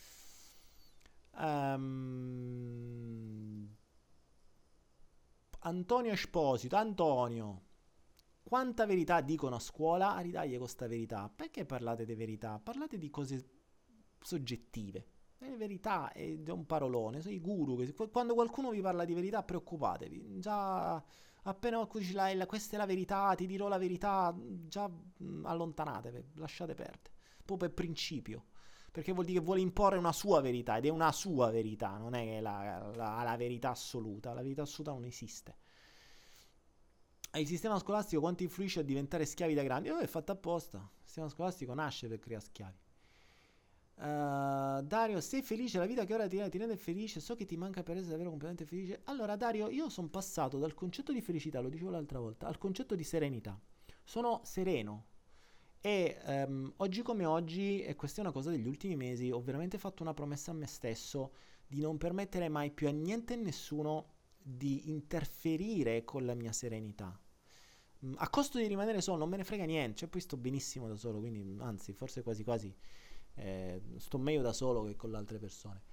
Antonio Esposito. Antonio, quanta verità dicono a scuola? Ridagli questa verità. Perché parlate di verità? Parlate di cose soggettive. La verità è un parolone, sono i guru. Quando qualcuno vi parla di verità, preoccupatevi. Già appena dici questa è la verità, ti dirò la verità, già allontanatevi, lasciate perdere. Proprio per principio. Perché vuol dire che vuole imporre una sua verità, ed è una sua verità, non è che la verità assoluta. La verità assoluta non esiste. Il sistema scolastico quanto influisce a diventare schiavi da grandi? È fatto apposta. Il sistema scolastico nasce per creare schiavi. Dario, sei felice? La vita che ora ti rende felice? So che ti manca per essere davvero completamente felice. Allora Dario, io sono passato dal concetto di felicità, lo dicevo l'altra volta, al concetto di serenità. Sono sereno. E oggi come oggi, e questa è una cosa degli ultimi mesi, ho veramente fatto una promessa a me stesso di non permettere mai più a niente e nessuno di interferire con la mia serenità. A costo di rimanere solo, non me ne frega niente, cioè poi sto benissimo da solo, quindi anzi, forse quasi quasi sto meglio da solo che con le altre persone.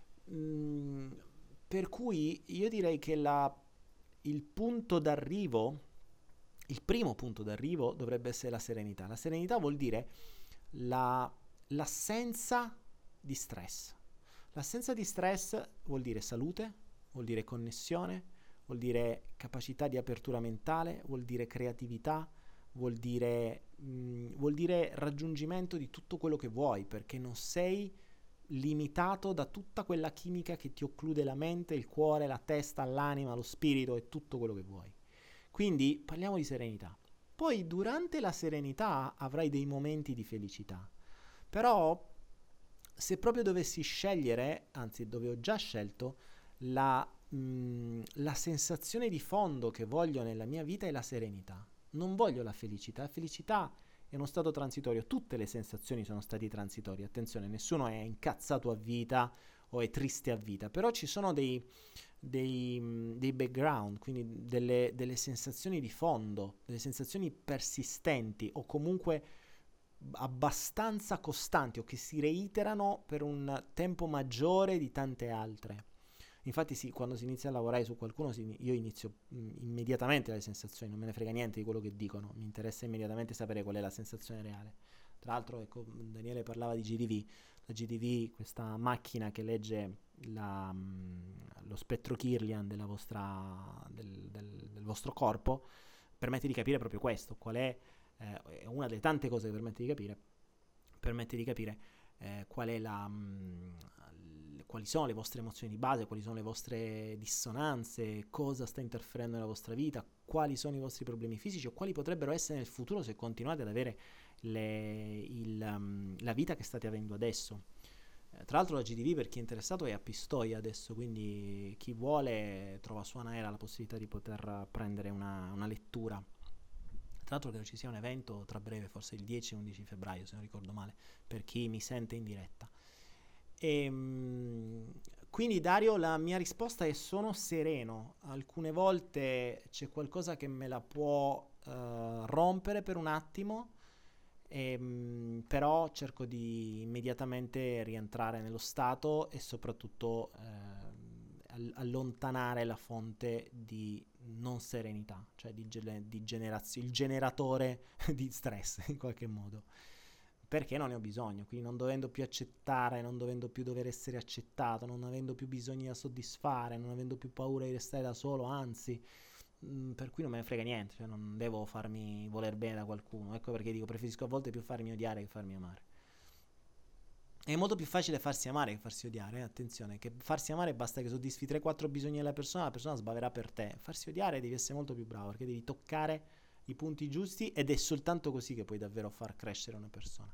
Per cui io direi che il punto d'arrivo, il primo punto d'arrivo dovrebbe essere la serenità. La serenità vuol dire l'assenza di stress. L'assenza di stress vuol dire salute, vuol dire connessione, vuol dire capacità di apertura mentale, vuol dire creatività, vuol dire raggiungimento di tutto quello che vuoi, perché non sei limitato da tutta quella chimica che ti occlude la mente, il cuore, la testa, l'anima, lo spirito e tutto quello che vuoi. Quindi parliamo di serenità. Poi durante la serenità avrai dei momenti di felicità. Però se proprio dovessi scegliere, anzi dove ho già scelto, la sensazione di fondo che voglio nella mia vita è la serenità. Non voglio la felicità. La felicità è uno stato transitorio. Tutte le sensazioni sono stati transitori. Attenzione, nessuno è incazzato a vita o è triste a vita. Però ci sono dei background, quindi delle sensazioni di fondo, delle sensazioni persistenti o comunque abbastanza costanti o che si reiterano per un tempo maggiore di tante altre. Infatti sì, quando si inizia a lavorare su qualcuno io inizio immediatamente dalle sensazioni, non me ne frega niente di quello che dicono, mi interessa immediatamente sapere qual è la sensazione reale. Tra l'altro, ecco, Daniele parlava di GDV, la GDV, questa macchina che legge lo spettro Kirlian del vostro corpo, permette di capire proprio questo, qual è una delle tante cose che permette di capire qual è quali sono le vostre emozioni di base, quali sono le vostre dissonanze, cosa sta interferendo nella vostra vita, quali sono i vostri problemi fisici o quali potrebbero essere nel futuro se continuate ad avere la vita che state avendo adesso. Tra l'altro la GDV, per chi è interessato, è a Pistoia adesso, quindi chi vuole trova su Anaera la possibilità di poter prendere una lettura. Tra l'altro credo ci sia un evento tra breve, forse il 10 e 11 febbraio se non ricordo male, per chi mi sente in diretta. Quindi Dario, la mia risposta è: sono sereno. Alcune volte c'è qualcosa che me la può rompere per un attimo, Però cerco di immediatamente rientrare nello stato e soprattutto allontanare la fonte di non serenità, cioè di il generatore di stress in qualche modo, perché non ne ho bisogno, quindi non dovendo più accettare, non dovendo più dover essere accettato, non avendo più bisogni da soddisfare, non avendo più paura di restare da solo, anzi, per cui non me ne frega niente, cioè non devo farmi voler bene da qualcuno. Ecco perché dico, preferisco a volte più farmi odiare che farmi amare. È molto più facile farsi amare che farsi odiare, attenzione, che farsi amare basta che soddisfi 3-4 bisogni della persona, la persona sbaverà per te. Farsi odiare devi essere molto più bravo, perché devi toccare i punti giusti ed è soltanto così che puoi davvero far crescere una persona.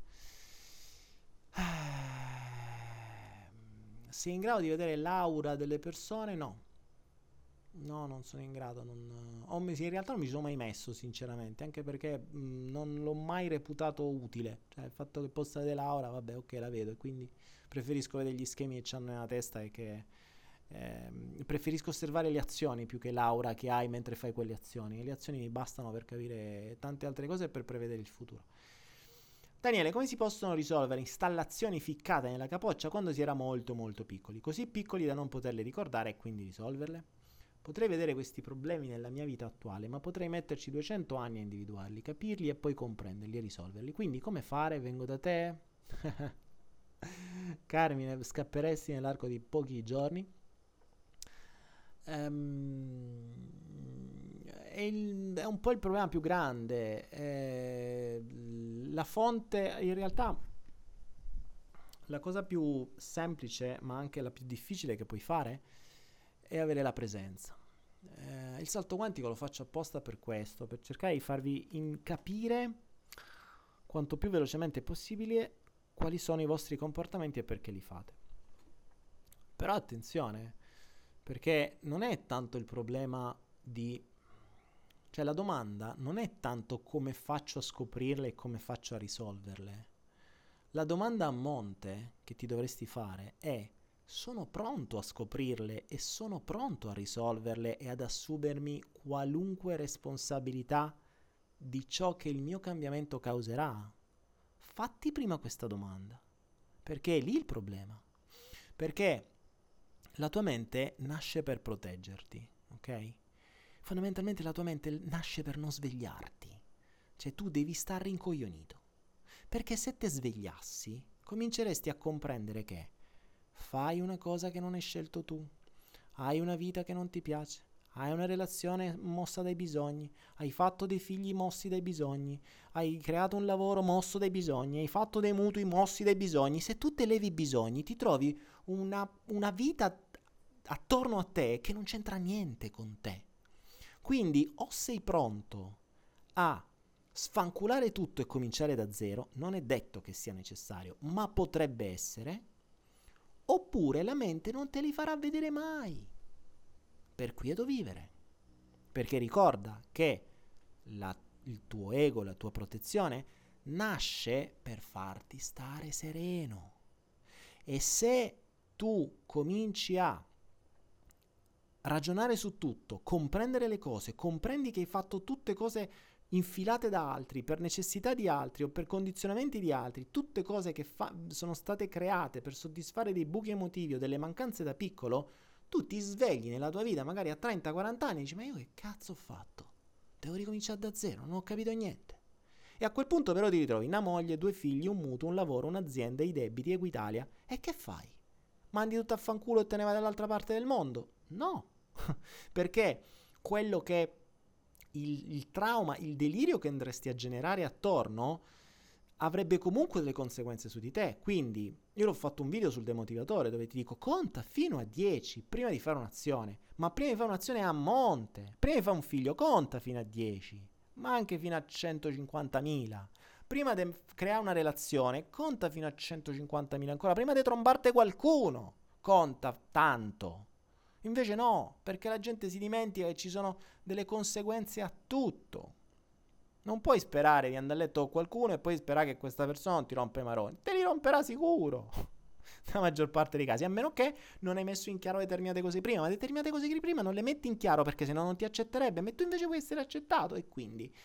Sei in grado di vedere l'aura delle persone? No. No, non sono in grado, in realtà non mi ci sono mai messo sinceramente, anche perché non l'ho mai reputato utile, cioè il fatto che possa vedere l'aura, vabbè, ok, la vedo, e quindi preferisco vedere gli schemi che c'hanno nella testa e che preferisco osservare le azioni più che l'aura che hai mentre fai quelle azioni, e le azioni mi bastano per capire tante altre cose e per prevedere il futuro. Daniele, come si possono risolvere installazioni ficcate nella capoccia quando si era molto molto piccoli, così piccoli da non poterle ricordare e quindi risolverle? Potrei vedere questi problemi nella mia vita attuale, ma potrei metterci 200 anni a individuarli, capirli e poi comprenderli e risolverli. Quindi come fare? Vengo da te? Carmine, scapperesti nell'arco di pochi giorni? È un po' il problema più grande. La fonte, in realtà, la cosa più semplice, ma anche la più difficile che puoi fare, è avere la presenza. Il salto quantico lo faccio apposta per questo, per cercare di farvi capire quanto più velocemente possibile quali sono i vostri comportamenti e perché li fate. Però attenzione, perché non è tanto il problema cioè la domanda non è tanto come faccio a scoprirle e come faccio a risolverle. La domanda a monte che ti dovresti fare è: sono pronto a scoprirle e sono pronto a risolverle e ad assumermi qualunque responsabilità di ciò che il mio cambiamento causerà? Fatti prima questa domanda, perché è lì il problema. Perché la tua mente nasce per proteggerti, ok? Fondamentalmente la tua mente nasce per non svegliarti, cioè tu devi stare rincoglionito, perché se te svegliassi cominceresti a comprendere che fai una cosa che non hai scelto tu, hai una vita che non ti piace, hai una relazione mossa dai bisogni, hai fatto dei figli mossi dai bisogni, hai creato un lavoro mosso dai bisogni, hai fatto dei mutui mossi dai bisogni. Se tu te levi i bisogni ti trovi una vita attorno a te che non c'entra niente con te. Quindi o sei pronto a sfanculare tutto e cominciare da zero, non è detto che sia necessario, ma potrebbe essere, oppure la mente non te li farà vedere mai. Per quieto vivere. Perché ricorda che il tuo ego, la tua protezione, nasce per farti stare sereno. E se tu cominci a ragionare su tutto, comprendere le cose, comprendi che hai fatto tutte cose infilate da altri, per necessità di altri o per condizionamenti di altri, tutte cose che sono state create per soddisfare dei buchi emotivi o delle mancanze da piccolo, tu ti svegli nella tua vita magari a 30-40 anni e dici: ma io che cazzo ho fatto? Devo ricominciare da zero, non ho capito niente. E a quel punto però ti ritrovi una moglie, 2 figli, un mutuo, un lavoro, un'azienda, i debiti, Equitalia, e che fai? Mandi tutto a fanculo e te ne vai dall'altra parte del mondo? No, perché quello che il trauma, il delirio che andresti a generare attorno avrebbe comunque delle conseguenze su di te. Quindi io l'ho fatto un video sul demotivatore dove ti dico: conta fino a 10 prima di fare un'azione, ma prima di fare un'azione a monte, prima di fare un figlio conta fino a 10, ma anche fino a 150.000. Prima di creare una relazione conta fino a 150.000 ancora, prima di trombarti qualcuno conta tanto. Invece no, perché la gente si dimentica che ci sono delle conseguenze a tutto. Non puoi sperare di andare a letto con qualcuno e poi sperare che questa persona non ti rompa i maroni. Te li romperà sicuro, nella maggior parte dei casi, a meno che non hai messo in chiaro determinate cose prima. Ma determinate cose prima non le metti in chiaro perché sennò non ti accetterebbe, ma tu invece vuoi essere accettato e quindi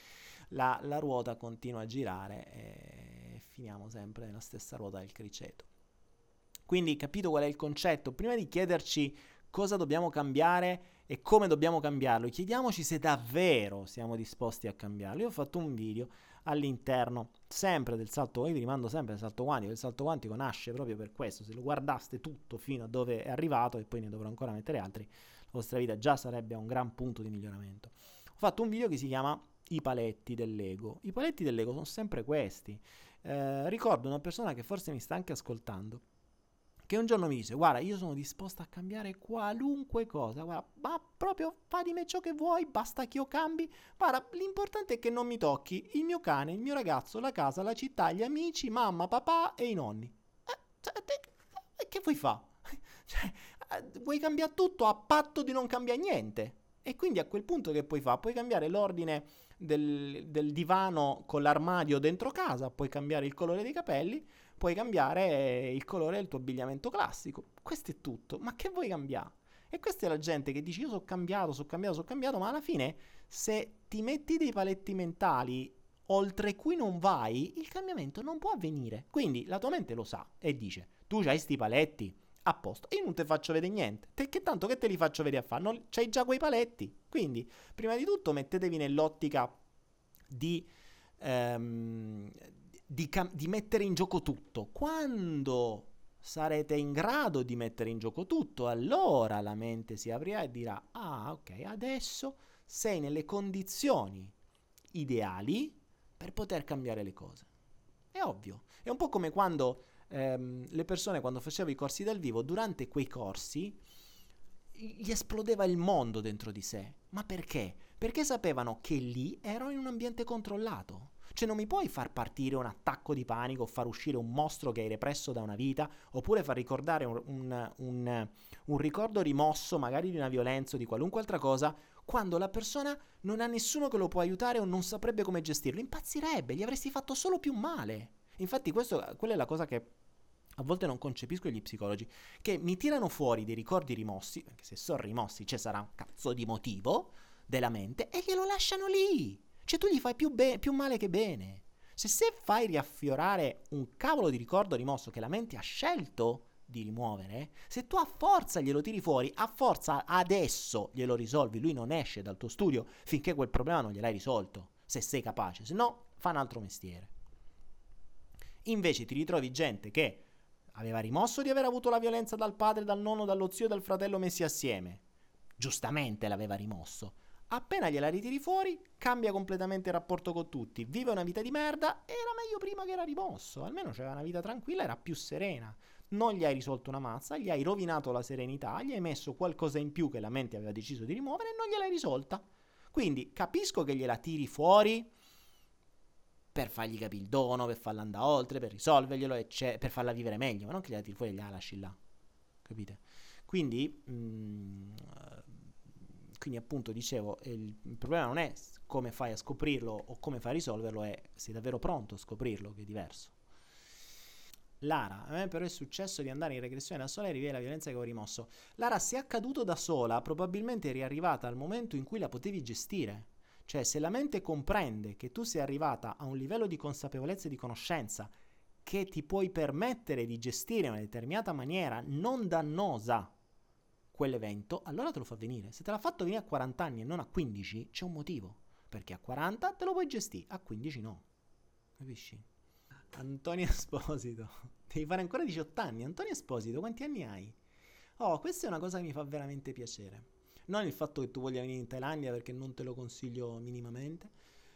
la ruota continua a girare e finiamo sempre nella stessa ruota del criceto. Quindi capito qual è il concetto? Prima di chiederci cosa dobbiamo cambiare e come dobbiamo cambiarlo, chiediamoci se davvero siamo disposti a cambiarlo. Io ho fatto un video all'interno sempre del salto quantico, vi rimando sempre al salto quantico, il salto quantico nasce proprio per questo, se lo guardaste tutto fino a dove è arrivato, e poi ne dovrò ancora mettere altri, la vostra vita già sarebbe a un gran punto di miglioramento. Ho fatto un video che si chiama I paletti dell'ego. I paletti dell'ego sono sempre questi. Ricordo una persona che forse mi sta anche ascoltando, che un giorno mi dice: guarda, io sono disposta a cambiare qualunque cosa, guarda, ma proprio fa di me ciò che vuoi, basta che io cambi, guarda, l'importante è che non mi tocchi il mio cane, il mio ragazzo, la casa, la città, gli amici, mamma, papà e i nonni. Che vuoi fare? Cioè, vuoi cambiare tutto a patto di non cambiare niente. E quindi a quel punto che puoi fare? Puoi cambiare l'ordine del divano con l'armadio dentro casa, puoi cambiare il colore dei capelli, puoi cambiare il colore del tuo abbigliamento classico. Questo è tutto. Ma che vuoi cambiare? E questa è la gente che dice: io sono cambiato, ma alla fine se ti metti dei paletti mentali oltre cui non vai, il cambiamento non può avvenire. Quindi la tua mente lo sa e dice: tu c'hai sti paletti, a posto, io non ti faccio vedere niente, che tanto che te li faccio vedere a fare, c'hai già quei paletti. Quindi prima di tutto mettetevi nell'ottica di mettere in gioco tutto. Quando sarete in grado di mettere in gioco tutto, allora la mente si aprirà e dirà: ah, ok, adesso sei nelle condizioni ideali per poter cambiare le cose. È ovvio. È un po' come quando le persone, quando facevano i corsi dal vivo, durante quei corsi gli esplodeva il mondo dentro di sé. Ma perché? Perché sapevano che lì erano in un ambiente controllato. Cioè non mi puoi far partire un attacco di panico o far uscire un mostro che hai represso da una vita, oppure far ricordare un ricordo rimosso magari di una violenza o di qualunque altra cosa, quando la persona non ha nessuno che lo può aiutare o non saprebbe come gestirlo. Impazzirebbe, gli avresti fatto solo più male. Infatti quella è la cosa che a volte non concepisco gli psicologi, che mi tirano fuori dei ricordi rimossi, anche se sono rimossi c'è sarà un cazzo di motivo della mente, e glielo lasciano lì. Cioè tu gli fai più male che bene. Se fai riaffiorare un cavolo di ricordo rimosso che la mente ha scelto di rimuovere, se tu a forza glielo tiri fuori, a forza adesso glielo risolvi, lui non esce dal tuo studio finché quel problema non gliel'hai risolto, se sei capace, se no fa un altro mestiere. Invece ti ritrovi gente che aveva rimosso di aver avuto la violenza dal padre, dal nonno, dallo zio, dal fratello messi assieme. Giustamente l'aveva rimosso. Appena gliela ritiri fuori, cambia completamente il rapporto con tutti. Vive una vita di merda. Era meglio prima che era rimosso. Almeno c'era una vita tranquilla, era più serena. Non gli hai risolto una mazza, gli hai rovinato la serenità, gli hai messo qualcosa in più che la mente aveva deciso di rimuovere e non gliel'hai risolta. Quindi capisco che gliela tiri fuori per fargli capire il dono, per farla andare oltre, per risolverglielo, per farla vivere meglio, ma non che gliela tiri fuori e gliela lasci là. Capite? Quindi appunto dicevo, il problema non è come fai a scoprirlo o come fai a risolverlo, è sei davvero pronto a scoprirlo, che è diverso. Lara, a me però è successo di andare in regressione da sola e rivela la violenza che ho rimosso. Lara, se è accaduto da sola, probabilmente eri arrivata al momento in cui la potevi gestire. Cioè, se la mente comprende che tu sei arrivata a un livello di consapevolezza e di conoscenza che ti puoi permettere di gestire in una determinata maniera non dannosa quell'evento, allora te lo fa venire. Se te l'ha fatto venire a 40 anni e non a 15, c'è un motivo. Perché a 40 te lo puoi gestire, a 15 no. Capisci? Antonio Esposito. Devi fare ancora 18 anni. Antonio Esposito, quanti anni hai? Oh, questa è una cosa che mi fa veramente piacere. Non il fatto che tu voglia venire in Thailandia, perché non te lo consiglio minimamente,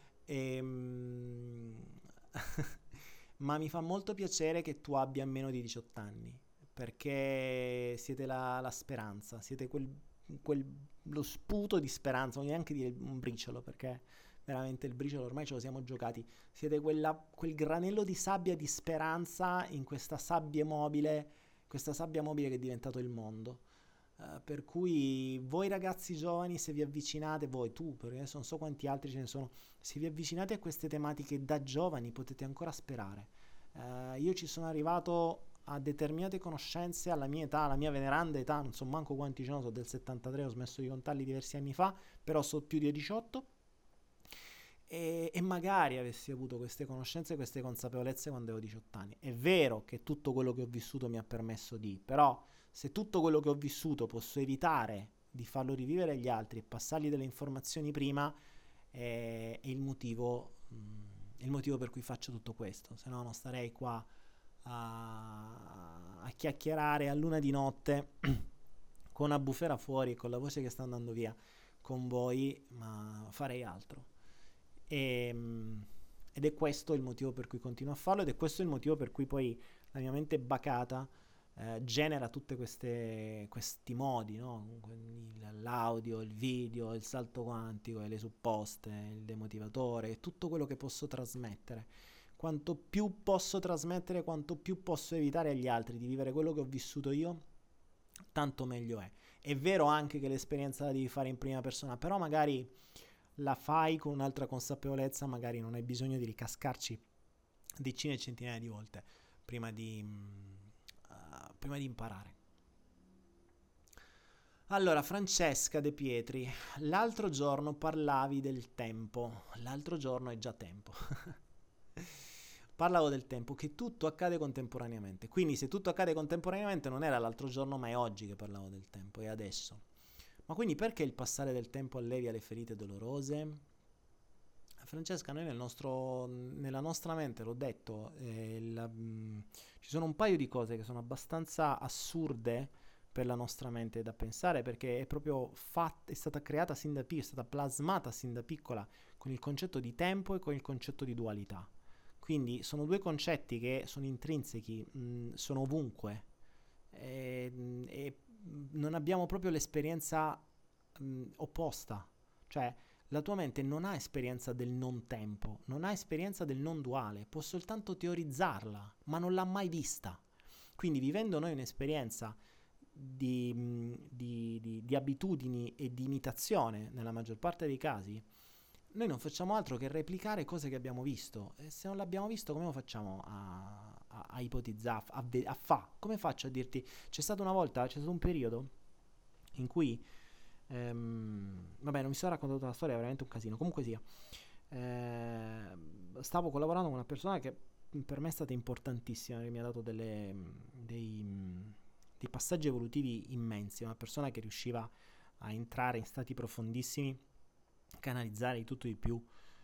ma mi fa molto piacere che tu abbia meno di 18 anni, perché siete la speranza, siete lo sputo di speranza, non neanche dire un briciolo, perché veramente il briciolo ormai ce lo siamo giocati, siete quel granello di sabbia di speranza in questa sabbia mobile che è diventato il mondo. Per cui voi ragazzi giovani, se vi avvicinate, tu, perché adesso non so quanti altri ce ne sono, se vi avvicinate a queste tematiche da giovani potete ancora sperare. Io ci sono arrivato a determinate conoscenze alla mia età, alla mia veneranda età, non so manco quanti ce ne sono del 73, ho smesso di contarli diversi anni fa, però so più di 18, e magari avessi avuto queste conoscenze, queste consapevolezze quando avevo 18 anni. È vero che tutto quello che ho vissuto mi ha permesso però se tutto quello che ho vissuto posso evitare di farlo rivivere agli altri e passargli delle informazioni prima, è il motivo per cui faccio tutto questo. Se no non starei qua a chiacchierare a luna di notte con una bufera fuori e con la voce che sta andando via con voi, ma farei altro. Ed è questo il motivo per cui continuo a farlo, ed è questo il motivo per cui poi la mia mente bacata genera tutti questi modi, no? L'audio, il video, il salto quantico, le supposte, il demotivatore, tutto quello che posso trasmettere. Quanto più posso trasmettere, quanto più posso evitare agli altri di vivere quello che ho vissuto io, tanto meglio è. È vero anche che l'esperienza la devi fare in prima persona, però magari la fai con un'altra consapevolezza, magari non hai bisogno di ricascarci decine e centinaia di volte prima di imparare. Allora, Francesca De Pietri, l'altro giorno parlavi del tempo. L'altro giorno è già tempo. Parlavo del tempo, che tutto accade contemporaneamente. Quindi se tutto accade contemporaneamente non era l'altro giorno, ma è oggi che parlavo del tempo, è adesso. Ma quindi perché il passare del tempo allevia le ferite dolorose? Francesca, noi nella nostra mente, l'ho detto, ci sono un paio di cose che sono abbastanza assurde per la nostra mente da pensare, perché è proprio è stata creata sin da piccola, è stata plasmata sin da piccola con il concetto di tempo e con il concetto di dualità. Quindi sono due concetti che sono intrinseci, sono ovunque, e non abbiamo proprio l'esperienza opposta. Cioè, la tua mente non ha esperienza del non tempo, non ha esperienza del non duale, può soltanto teorizzarla, ma non l'ha mai vista. Quindi vivendo noi un'esperienza di abitudini e di imitazione, nella maggior parte dei casi, noi non facciamo altro che replicare cose che abbiamo visto. E se non l'abbiamo visto, come lo facciamo a ipotizzare, a fa? Come faccio a dirti? C'è stato un periodo in cui vabbè, non mi sto raccontando la storia, è veramente un casino. Comunque sia, stavo collaborando con una persona che per me è stata importantissima, che mi ha dato dei passaggi evolutivi immensi. Una persona che riusciva a entrare in stati profondissimi, canalizzare di tutto di più,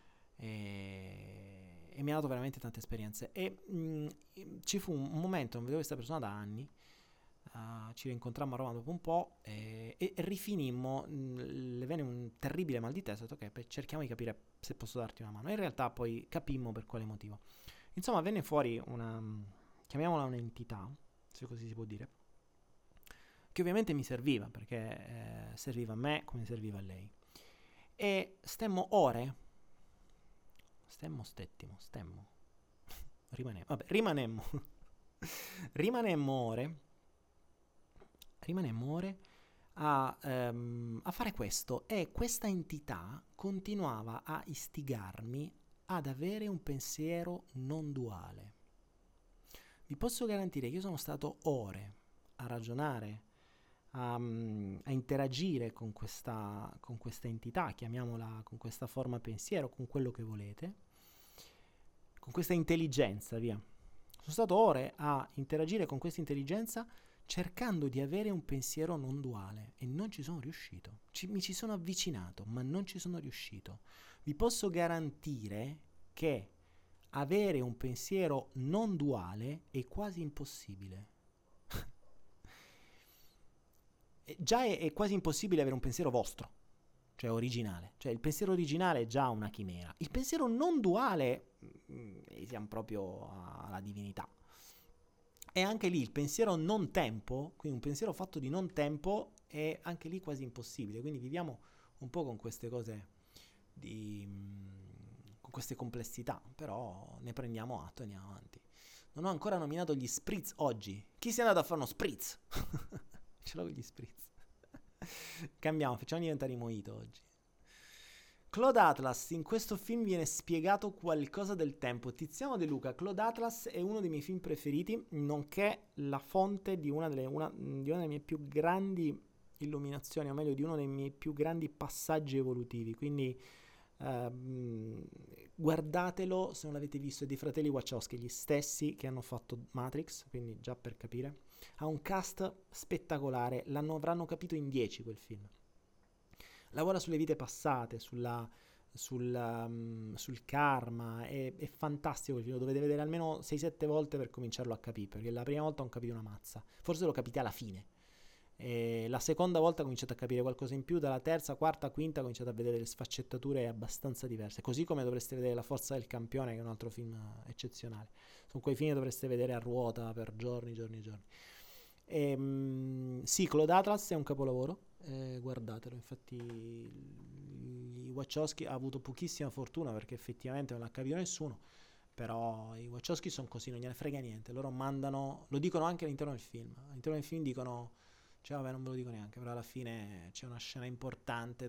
e mi ha dato veramente tante esperienze. E ci fu un momento, non vedevo questa persona da anni. Ci rincontrammo a Roma dopo un po' e rifinimmo. Le venne un terribile mal di testa. Ho detto ok, cerchiamo di capire se posso darti una mano. In realtà poi capimmo per quale motivo. Insomma, venne fuori chiamiamola un'entità, se così si può dire, che ovviamente mi serviva, perché serviva a me come serviva a lei. E rimanemmo ore a fare questo, e questa entità continuava a istigarmi ad avere un pensiero non duale. Vi posso garantire che io sono stato ore a ragionare, a interagire con questa entità, chiamiamola, con questa forma pensiero, con quello che volete, con questa intelligenza, via. Sono stato ore a interagire con questa intelligenza cercando di avere un pensiero non duale, e non ci sono riuscito. Mi ci sono avvicinato, ma non ci sono riuscito. Vi posso garantire che avere un pensiero non duale è quasi impossibile. Già è quasi impossibile avere un pensiero vostro, cioè originale. Cioè il pensiero originale è già una chimera. Il pensiero non duale, siamo proprio alla divinità. E anche lì il pensiero non tempo, quindi un pensiero fatto di non tempo, è anche lì quasi impossibile. Quindi viviamo un po' con queste cose, con queste complessità, però ne prendiamo atto e andiamo avanti. Non ho ancora nominato gli spritz oggi. Chi si è andato a fare uno spritz? Ce l'ho con gli spritz. Cambiamo, facciamo diventare i mojito oggi. Claude Atlas, in questo film viene spiegato qualcosa del tempo. Tiziano De Luca, Claude Atlas è uno dei miei film preferiti, nonché la fonte di una delle mie più grandi illuminazioni, o meglio di uno dei miei più grandi passaggi evolutivi. Quindi Guardatelo se non l'avete visto, è dei fratelli Wachowski, gli stessi che hanno fatto Matrix, quindi già per capire. Ha un cast spettacolare, avranno capito in 10 quel film. Lavora sulle vite passate, sul karma, è fantastico quel film, lo dovete vedere almeno 6-7 volte per cominciarlo a capire, perché la prima volta non capite una mazza, forse lo capite alla fine. E la seconda volta cominciate a capire qualcosa in più, dalla terza, quarta, quinta cominciate a vedere le sfaccettature abbastanza diverse, così come dovreste vedere La forza del campione, che è un altro film eccezionale. Sono quei film che dovreste vedere a ruota per giorni, giorni e giorni. Sì, Cloud Atlas è un capolavoro, guardatelo. Infatti i Wachowski ha avuto pochissima fortuna perché effettivamente non l'ha capito nessuno, però i Wachowski sono così, non gliene frega niente, loro mandano, lo dicono anche all'interno del film dicono, cioè vabbè non ve lo dico neanche, però alla fine c'è una scena importante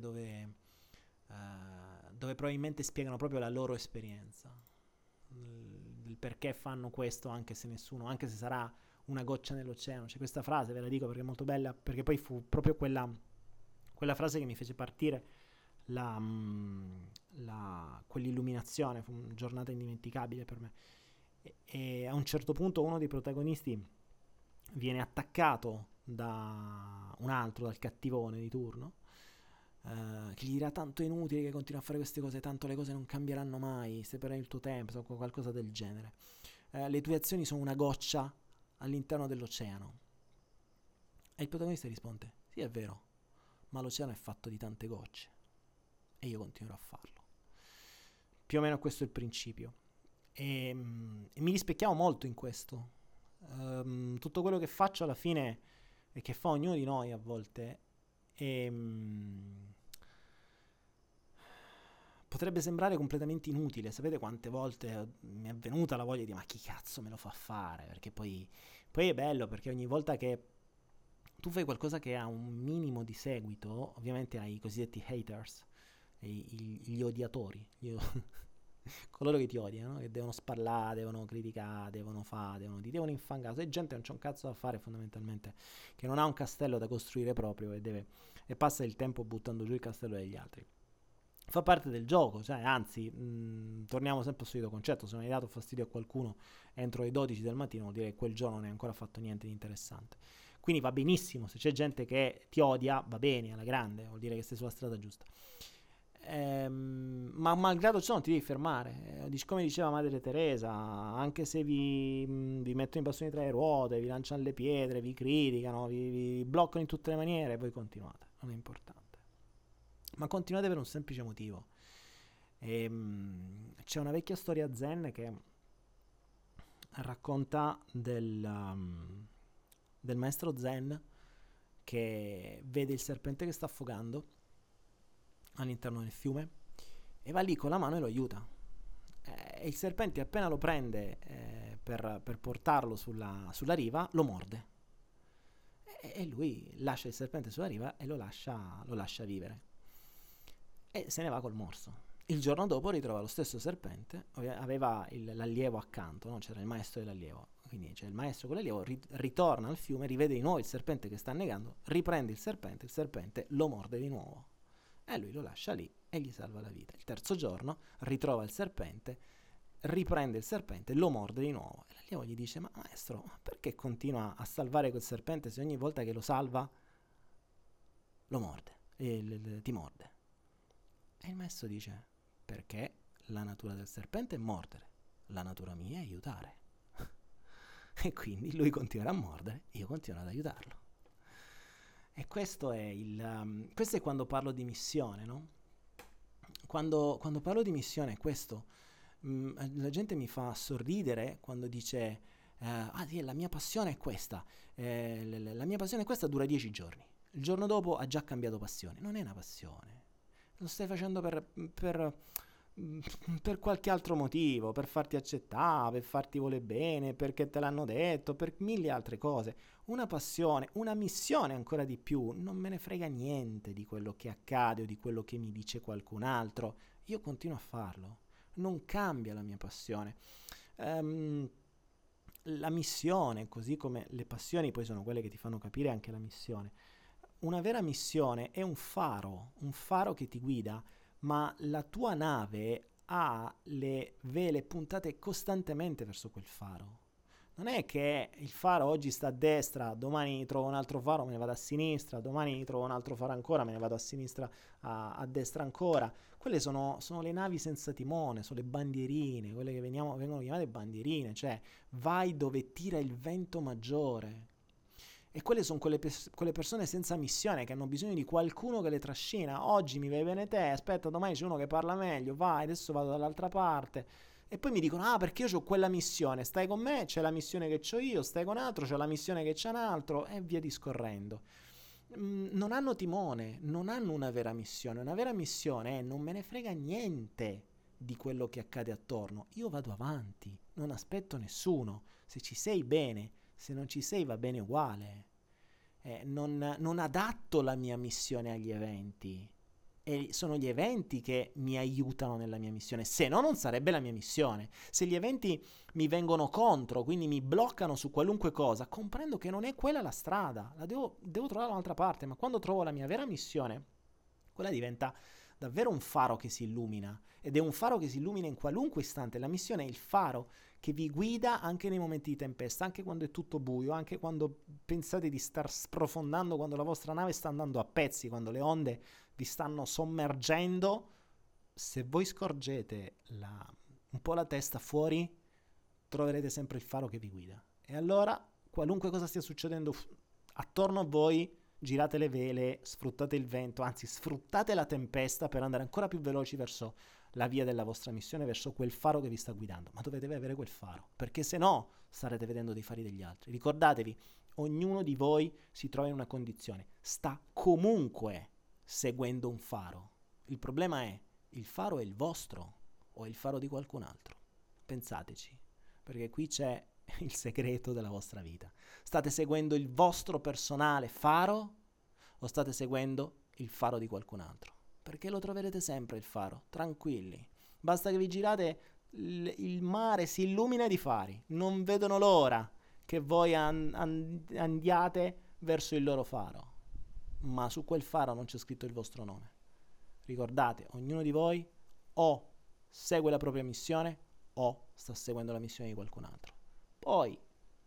dove probabilmente spiegano proprio la loro esperienza, il perché fanno questo, anche se sarà una goccia nell'oceano. C'è questa frase, ve la dico perché è molto bella, perché poi fu proprio quella frase che mi fece partire quell'illuminazione, fu una giornata indimenticabile per me. E a un certo punto uno dei protagonisti viene attaccato da un altro, dal cattivone di turno, che gli dirà tanto è inutile che continui a fare queste cose, tanto le cose non cambieranno mai, stai perdendo il tuo tempo, qualcosa del genere. Le tue azioni sono una goccia all'interno dell'oceano. E il protagonista risponde: sì, è vero, ma l'oceano è fatto di tante gocce e io continuerò a farlo. Più o meno questo è il principio. E mi rispecchiamo molto in questo. Tutto quello che faccio alla fine e che fa ognuno di noi a volte potrebbe sembrare completamente inutile. Sapete quante volte mi è venuta la voglia di ma chi cazzo me lo fa fare? Perché poi è bello, perché ogni volta che tu fai qualcosa che ha un minimo di seguito, ovviamente hai i cosiddetti haters, gli odiatori, coloro che ti odiano, che devono sparlare, devono criticare, devono devono infangare. E gente non c'è un cazzo da fare fondamentalmente, che non ha un castello da costruire proprio e passa il tempo buttando giù il castello degli altri. Fa parte del gioco, cioè, anzi, torniamo sempre al solito concetto: se non hai dato fastidio a qualcuno entro le 12 del mattino, vuol dire che quel giorno non hai ancora fatto niente di interessante. Quindi va benissimo, se c'è gente che ti odia, va bene, alla grande, vuol dire che stai sulla strada giusta. Ma malgrado ciò non ti devi fermare. Come diceva Madre Teresa, anche se vi mettono i bastoni tra le ruote, vi lanciano le pietre, vi criticano, vi bloccano in tutte le maniere, voi continuate, non è importante. Ma continuate per un semplice motivo. C'è una vecchia storia zen che racconta del maestro zen che vede il serpente che sta affogando all'interno del fiume e va lì con la mano e lo aiuta. E il serpente, appena lo prende per portarlo sulla riva, lo morde. E lui lascia il serpente sulla riva e lo lascia vivere. E se ne va col morso. Il giorno dopo ritrova lo stesso serpente, aveva l'allievo accanto, no? C'era il maestro dell'allievo, quindi c'è il maestro con l'allievo, ritorna al fiume, rivede di nuovo il serpente che sta annegando, riprende il serpente lo morde di nuovo e lui lo lascia lì e gli salva la vita. Il terzo giorno ritrova il serpente, riprende il serpente, lo morde di nuovo e l'allievo gli dice: ma maestro, perché continua a salvare quel serpente se ogni volta che lo salva lo morde, ti morde? E il maestro dice: perché la natura del serpente è mordere, la natura mia è aiutare. E quindi lui continuerà a mordere, io continuerò ad aiutarlo. E questo è quando parlo di missione, no? Quando parlo di missione è questo. La gente mi fa sorridere quando dice: sì, la mia passione è questa, la mia passione è questa, dura 10 giorni. Il giorno dopo ha già cambiato passione. Non è una passione. Lo stai facendo per qualche altro motivo, per farti accettare, per farti voler bene, perché te l'hanno detto, per mille altre cose. Una passione, una missione ancora di più, non me ne frega niente di quello che accade o di quello che mi dice qualcun altro. Io continuo a farlo, non cambia la mia passione. La missione, così come le passioni poi sono quelle che ti fanno capire anche la missione. Una vera missione è un faro che ti guida ma la tua nave ha le vele puntate costantemente verso quel faro. Non è che il faro oggi sta a destra, domani trovo un altro faro, me ne vado a sinistra, domani trovo un altro faro ancora, me ne vado a sinistra, a destra ancora. Quelle sono le navi senza timone, sono le bandierine, quelle che vengono chiamate bandierine, cioè vai dove tira il vento maggiore. E quelle sono quelle persone senza missione che hanno bisogno di qualcuno che le trascina. Oggi mi vai bene te, aspetta, domani c'è uno che parla meglio, vai, adesso vado dall'altra parte. E poi mi dicono, perché io ho quella missione, stai con me, c'è la missione che ho io, stai con altro, c'è la missione che c'è un altro, e via discorrendo. Non hanno timone, non hanno una vera missione. Una vera missione è non me ne frega niente di quello che accade attorno. Io vado avanti, non aspetto nessuno. Se ci sei bene, se non ci sei va bene uguale. Non adatto la mia missione agli eventi. E sono gli eventi che mi aiutano nella mia missione, se no non sarebbe la mia missione. Se gli eventi mi vengono contro, quindi mi bloccano su qualunque cosa, comprendo che non è quella la strada, devo trovare un'altra parte, ma quando trovo la mia vera missione, quella diventa davvero un faro che si illumina, ed è un faro che si illumina in qualunque istante. La missione è il faro che vi guida anche nei momenti di tempesta, anche quando è tutto buio, anche quando pensate di star sprofondando, quando la vostra nave sta andando a pezzi, quando le onde vi stanno sommergendo. Se voi scorgete un po' la testa fuori, troverete sempre il faro che vi guida. E allora, qualunque cosa stia succedendo attorno a voi, girate le vele, sfruttate il vento, anzi sfruttate la tempesta per andare ancora più veloci verso la via della vostra missione, verso quel faro che vi sta guidando. Ma dovete avere quel faro, perché se no starete vedendo dei fari degli altri. Ricordatevi, ognuno di voi si trova in una condizione, sta comunque seguendo un faro. Il problema è, il faro è il vostro o è il faro di qualcun altro? Pensateci, perché qui c'è il segreto della vostra vita. State seguendo il vostro personale faro o state seguendo il faro di qualcun altro? Perché lo troverete sempre il faro, tranquilli. Basta che vi girate, il mare si illumina di fari, non vedono l'ora che voi andiate verso il loro faro. Ma su quel faro non c'è scritto il vostro nome. Ricordate, ognuno di voi o segue la propria missione o sta seguendo la missione di qualcun altro. Poi,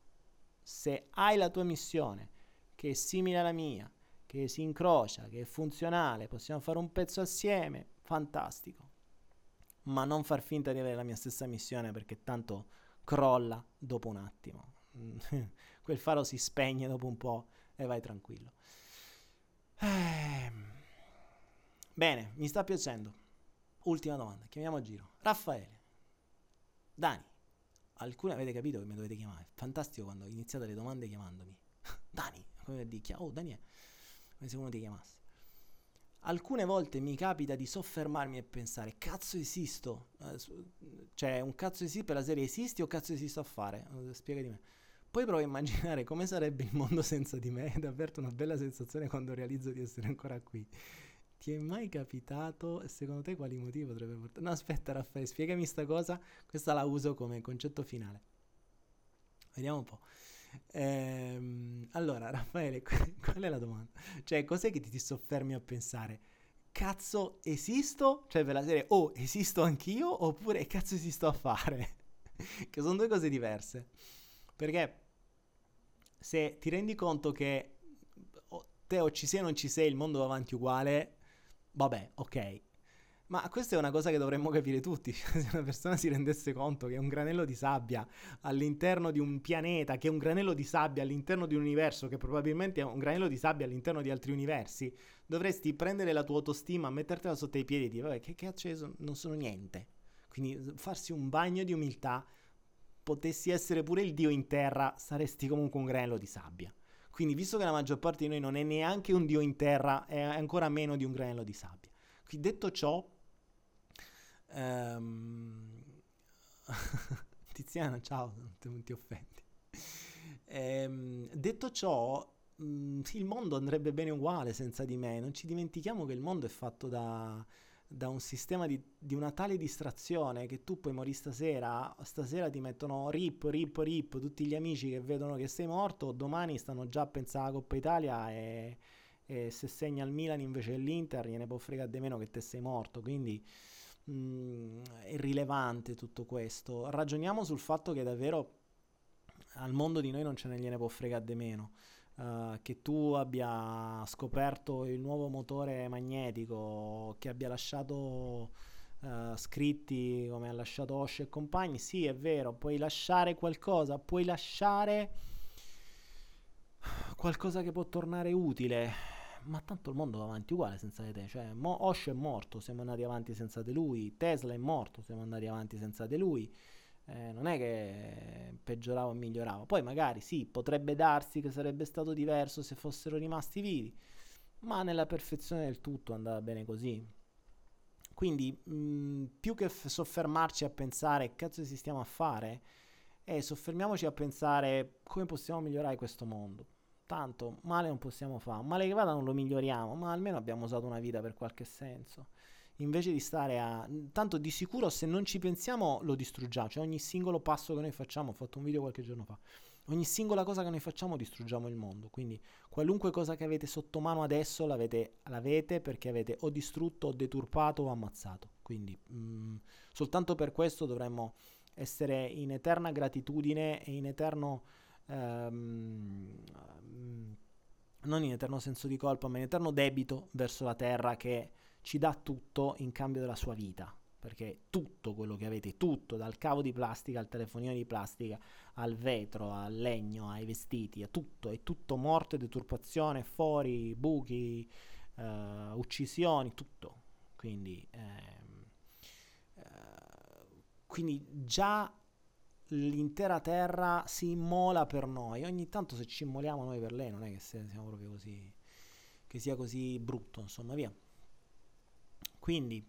se hai la tua missione che è simile alla mia, che si incrocia, che è funzionale, possiamo fare un pezzo assieme, fantastico. Ma non far finta di avere la mia stessa missione, perché tanto crolla dopo un attimo. Quel faro si spegne dopo un po' e vai tranquillo. Bene, mi sta piacendo. Ultima domanda, chiamiamo a giro. Raffaele, Dani, avete capito che mi dovete chiamare? Fantastico quando iniziate le domande chiamandomi. Dani, come dici? Oh, Daniele, come se uno ti chiamasse. Alcune volte mi capita di soffermarmi e pensare, cazzo esisto? Cioè, un cazzo esiste per la serie, esisti o cazzo esisto a fare? Spiega di me. Poi provo a immaginare come sarebbe il mondo senza di me, è davvero una bella sensazione quando realizzo di essere ancora qui. Ti è mai capitato? E secondo te quali motivi potrebbe portare? No, aspetta Raffaele, spiegami sta cosa, questa la uso come concetto finale. Vediamo un po'. Allora, Raffaele, qual è la domanda? Cioè, cos'è che ti soffermi a pensare? Cazzo esisto? Cioè, per la serie, esisto anch'io? Oppure cazzo esisto a fare? Che sono due cose diverse. Perché se ti rendi conto che te o ci sei o non ci sei, il mondo va avanti uguale, vabbè, ok. Ma questa è una cosa che dovremmo capire tutti. Se una persona si rendesse conto che è un granello di sabbia all'interno di un pianeta, che è un granello di sabbia all'interno di un universo, che probabilmente è un granello di sabbia all'interno di altri universi, dovresti prendere la tua autostima, mettertela sotto i piedi e dire, vabbè, che cazzo, non sono niente. Quindi farsi un bagno di umiltà, potessi essere pure il dio in terra, saresti comunque un granello di sabbia. Quindi, visto che la maggior parte di noi non è neanche un dio in terra, è ancora meno di un granello di sabbia. Quindi, detto ciò, Tiziana, ciao, non ti offendi. Detto ciò, il mondo andrebbe bene uguale senza di me. Non ci dimentichiamo che il mondo è fatto da un sistema di una tale distrazione che tu puoi morire stasera ti mettono rip, tutti gli amici che vedono che sei morto, domani stanno già a pensare a Coppa Italia e e se segna il Milan invece dell'Inter gliene può fregare di meno che te sei morto, quindi è irrilevante tutto questo. Ragioniamo sul fatto che davvero al mondo di noi non ce ne gliene può fregare di meno. Che tu abbia scoperto il nuovo motore magnetico, che abbia lasciato scritti come ha lasciato Osho e compagni, sì è vero, puoi lasciare qualcosa, puoi lasciare qualcosa che può tornare utile, ma tanto il mondo va avanti uguale senza di te, cioè Osho è morto, siamo andati avanti senza di lui, Tesla è morto, siamo andati avanti senza di lui. Non è che peggiorava o migliorava. Poi magari sì, potrebbe darsi che sarebbe stato diverso se fossero rimasti vivi, ma nella perfezione del tutto andava bene così. Quindi più che soffermarci a pensare che cazzo ci stiamo a fare, soffermiamoci a pensare come possiamo migliorare questo mondo. Tanto male non possiamo fare, male che vada non lo miglioriamo, ma almeno abbiamo usato una vita per qualche senso. Invece di stare a... Tanto di sicuro se non ci pensiamo lo distruggiamo, cioè ogni singolo passo che noi facciamo, ho fatto un video qualche giorno fa, ogni singola cosa che noi facciamo distruggiamo il mondo, quindi qualunque cosa che avete sotto mano adesso l'avete perché avete o distrutto o deturpato o ammazzato, quindi soltanto per questo dovremmo essere in eterna gratitudine e in eterno... non in eterno senso di colpa, ma in eterno debito verso la terra che ci dà tutto in cambio della sua vita, perché tutto quello che avete, tutto, dal cavo di plastica al telefonino di plastica, al vetro, al legno, ai vestiti, a tutto, è tutto morte, deturpazione, fori, buchi, uccisioni, tutto. Quindi già l'intera terra si immola per noi. Ogni tanto se ci immoliamo noi per lei non è che siamo proprio così, che sia così brutto, insomma, via. Quindi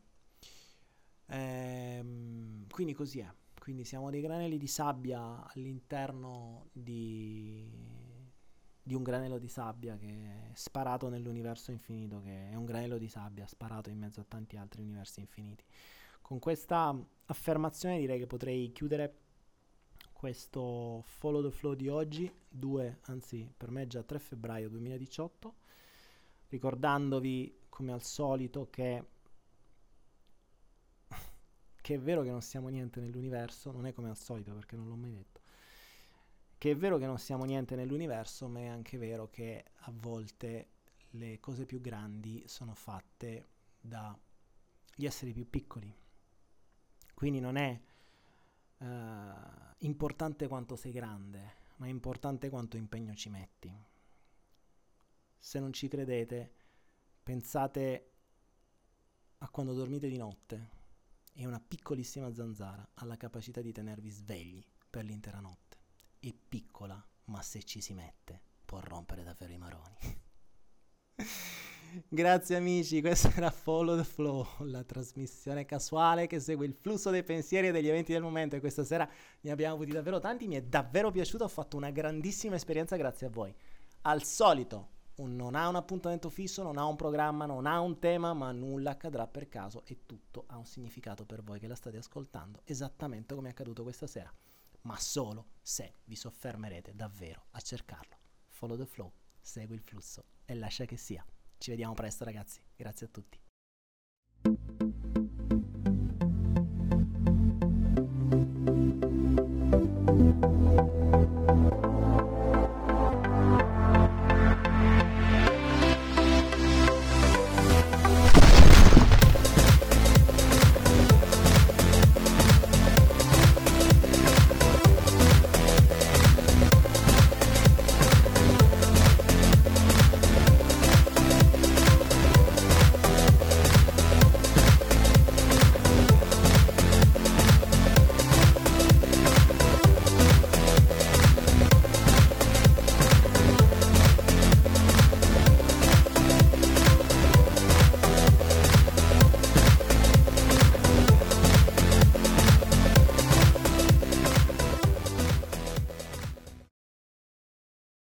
così è. Quindi siamo dei granelli di sabbia all'interno di un granello di sabbia che è sparato nell'universo infinito, che è un granello di sabbia sparato in mezzo a tanti altri universi infiniti. Con questa affermazione direi che potrei chiudere questo Follow the Flow di oggi, per me già 3 febbraio 2018, ricordandovi come al solito che è vero che non siamo niente nell'universo, non è come al solito perché non l'ho mai detto, che è vero che non siamo niente nell'universo, ma è anche vero che a volte le cose più grandi sono fatte dagli esseri più piccoli. Quindi non è importante quanto sei grande, ma è importante quanto impegno ci metti. Se non ci credete, pensate a quando dormite di notte e una piccolissima zanzara ha la capacità di tenervi svegli per l'intera notte. È piccola, ma se ci si mette può rompere davvero i maroni. Grazie amici, questo era Follow the Flow, la trasmissione casuale che segue il flusso dei pensieri e degli eventi del momento, e questa sera ne abbiamo avuti davvero tanti, mi è davvero piaciuto, ho fatto una grandissima esperienza grazie a voi. Al solito non ha un appuntamento fisso, non ha un programma, non ha un tema, ma nulla accadrà per caso e tutto ha un significato per voi che la state ascoltando, esattamente come è accaduto questa sera, ma solo se vi soffermerete davvero a cercarlo. Follow the Flow, segui il flusso e lascia che sia. Ci vediamo presto ragazzi, grazie a tutti.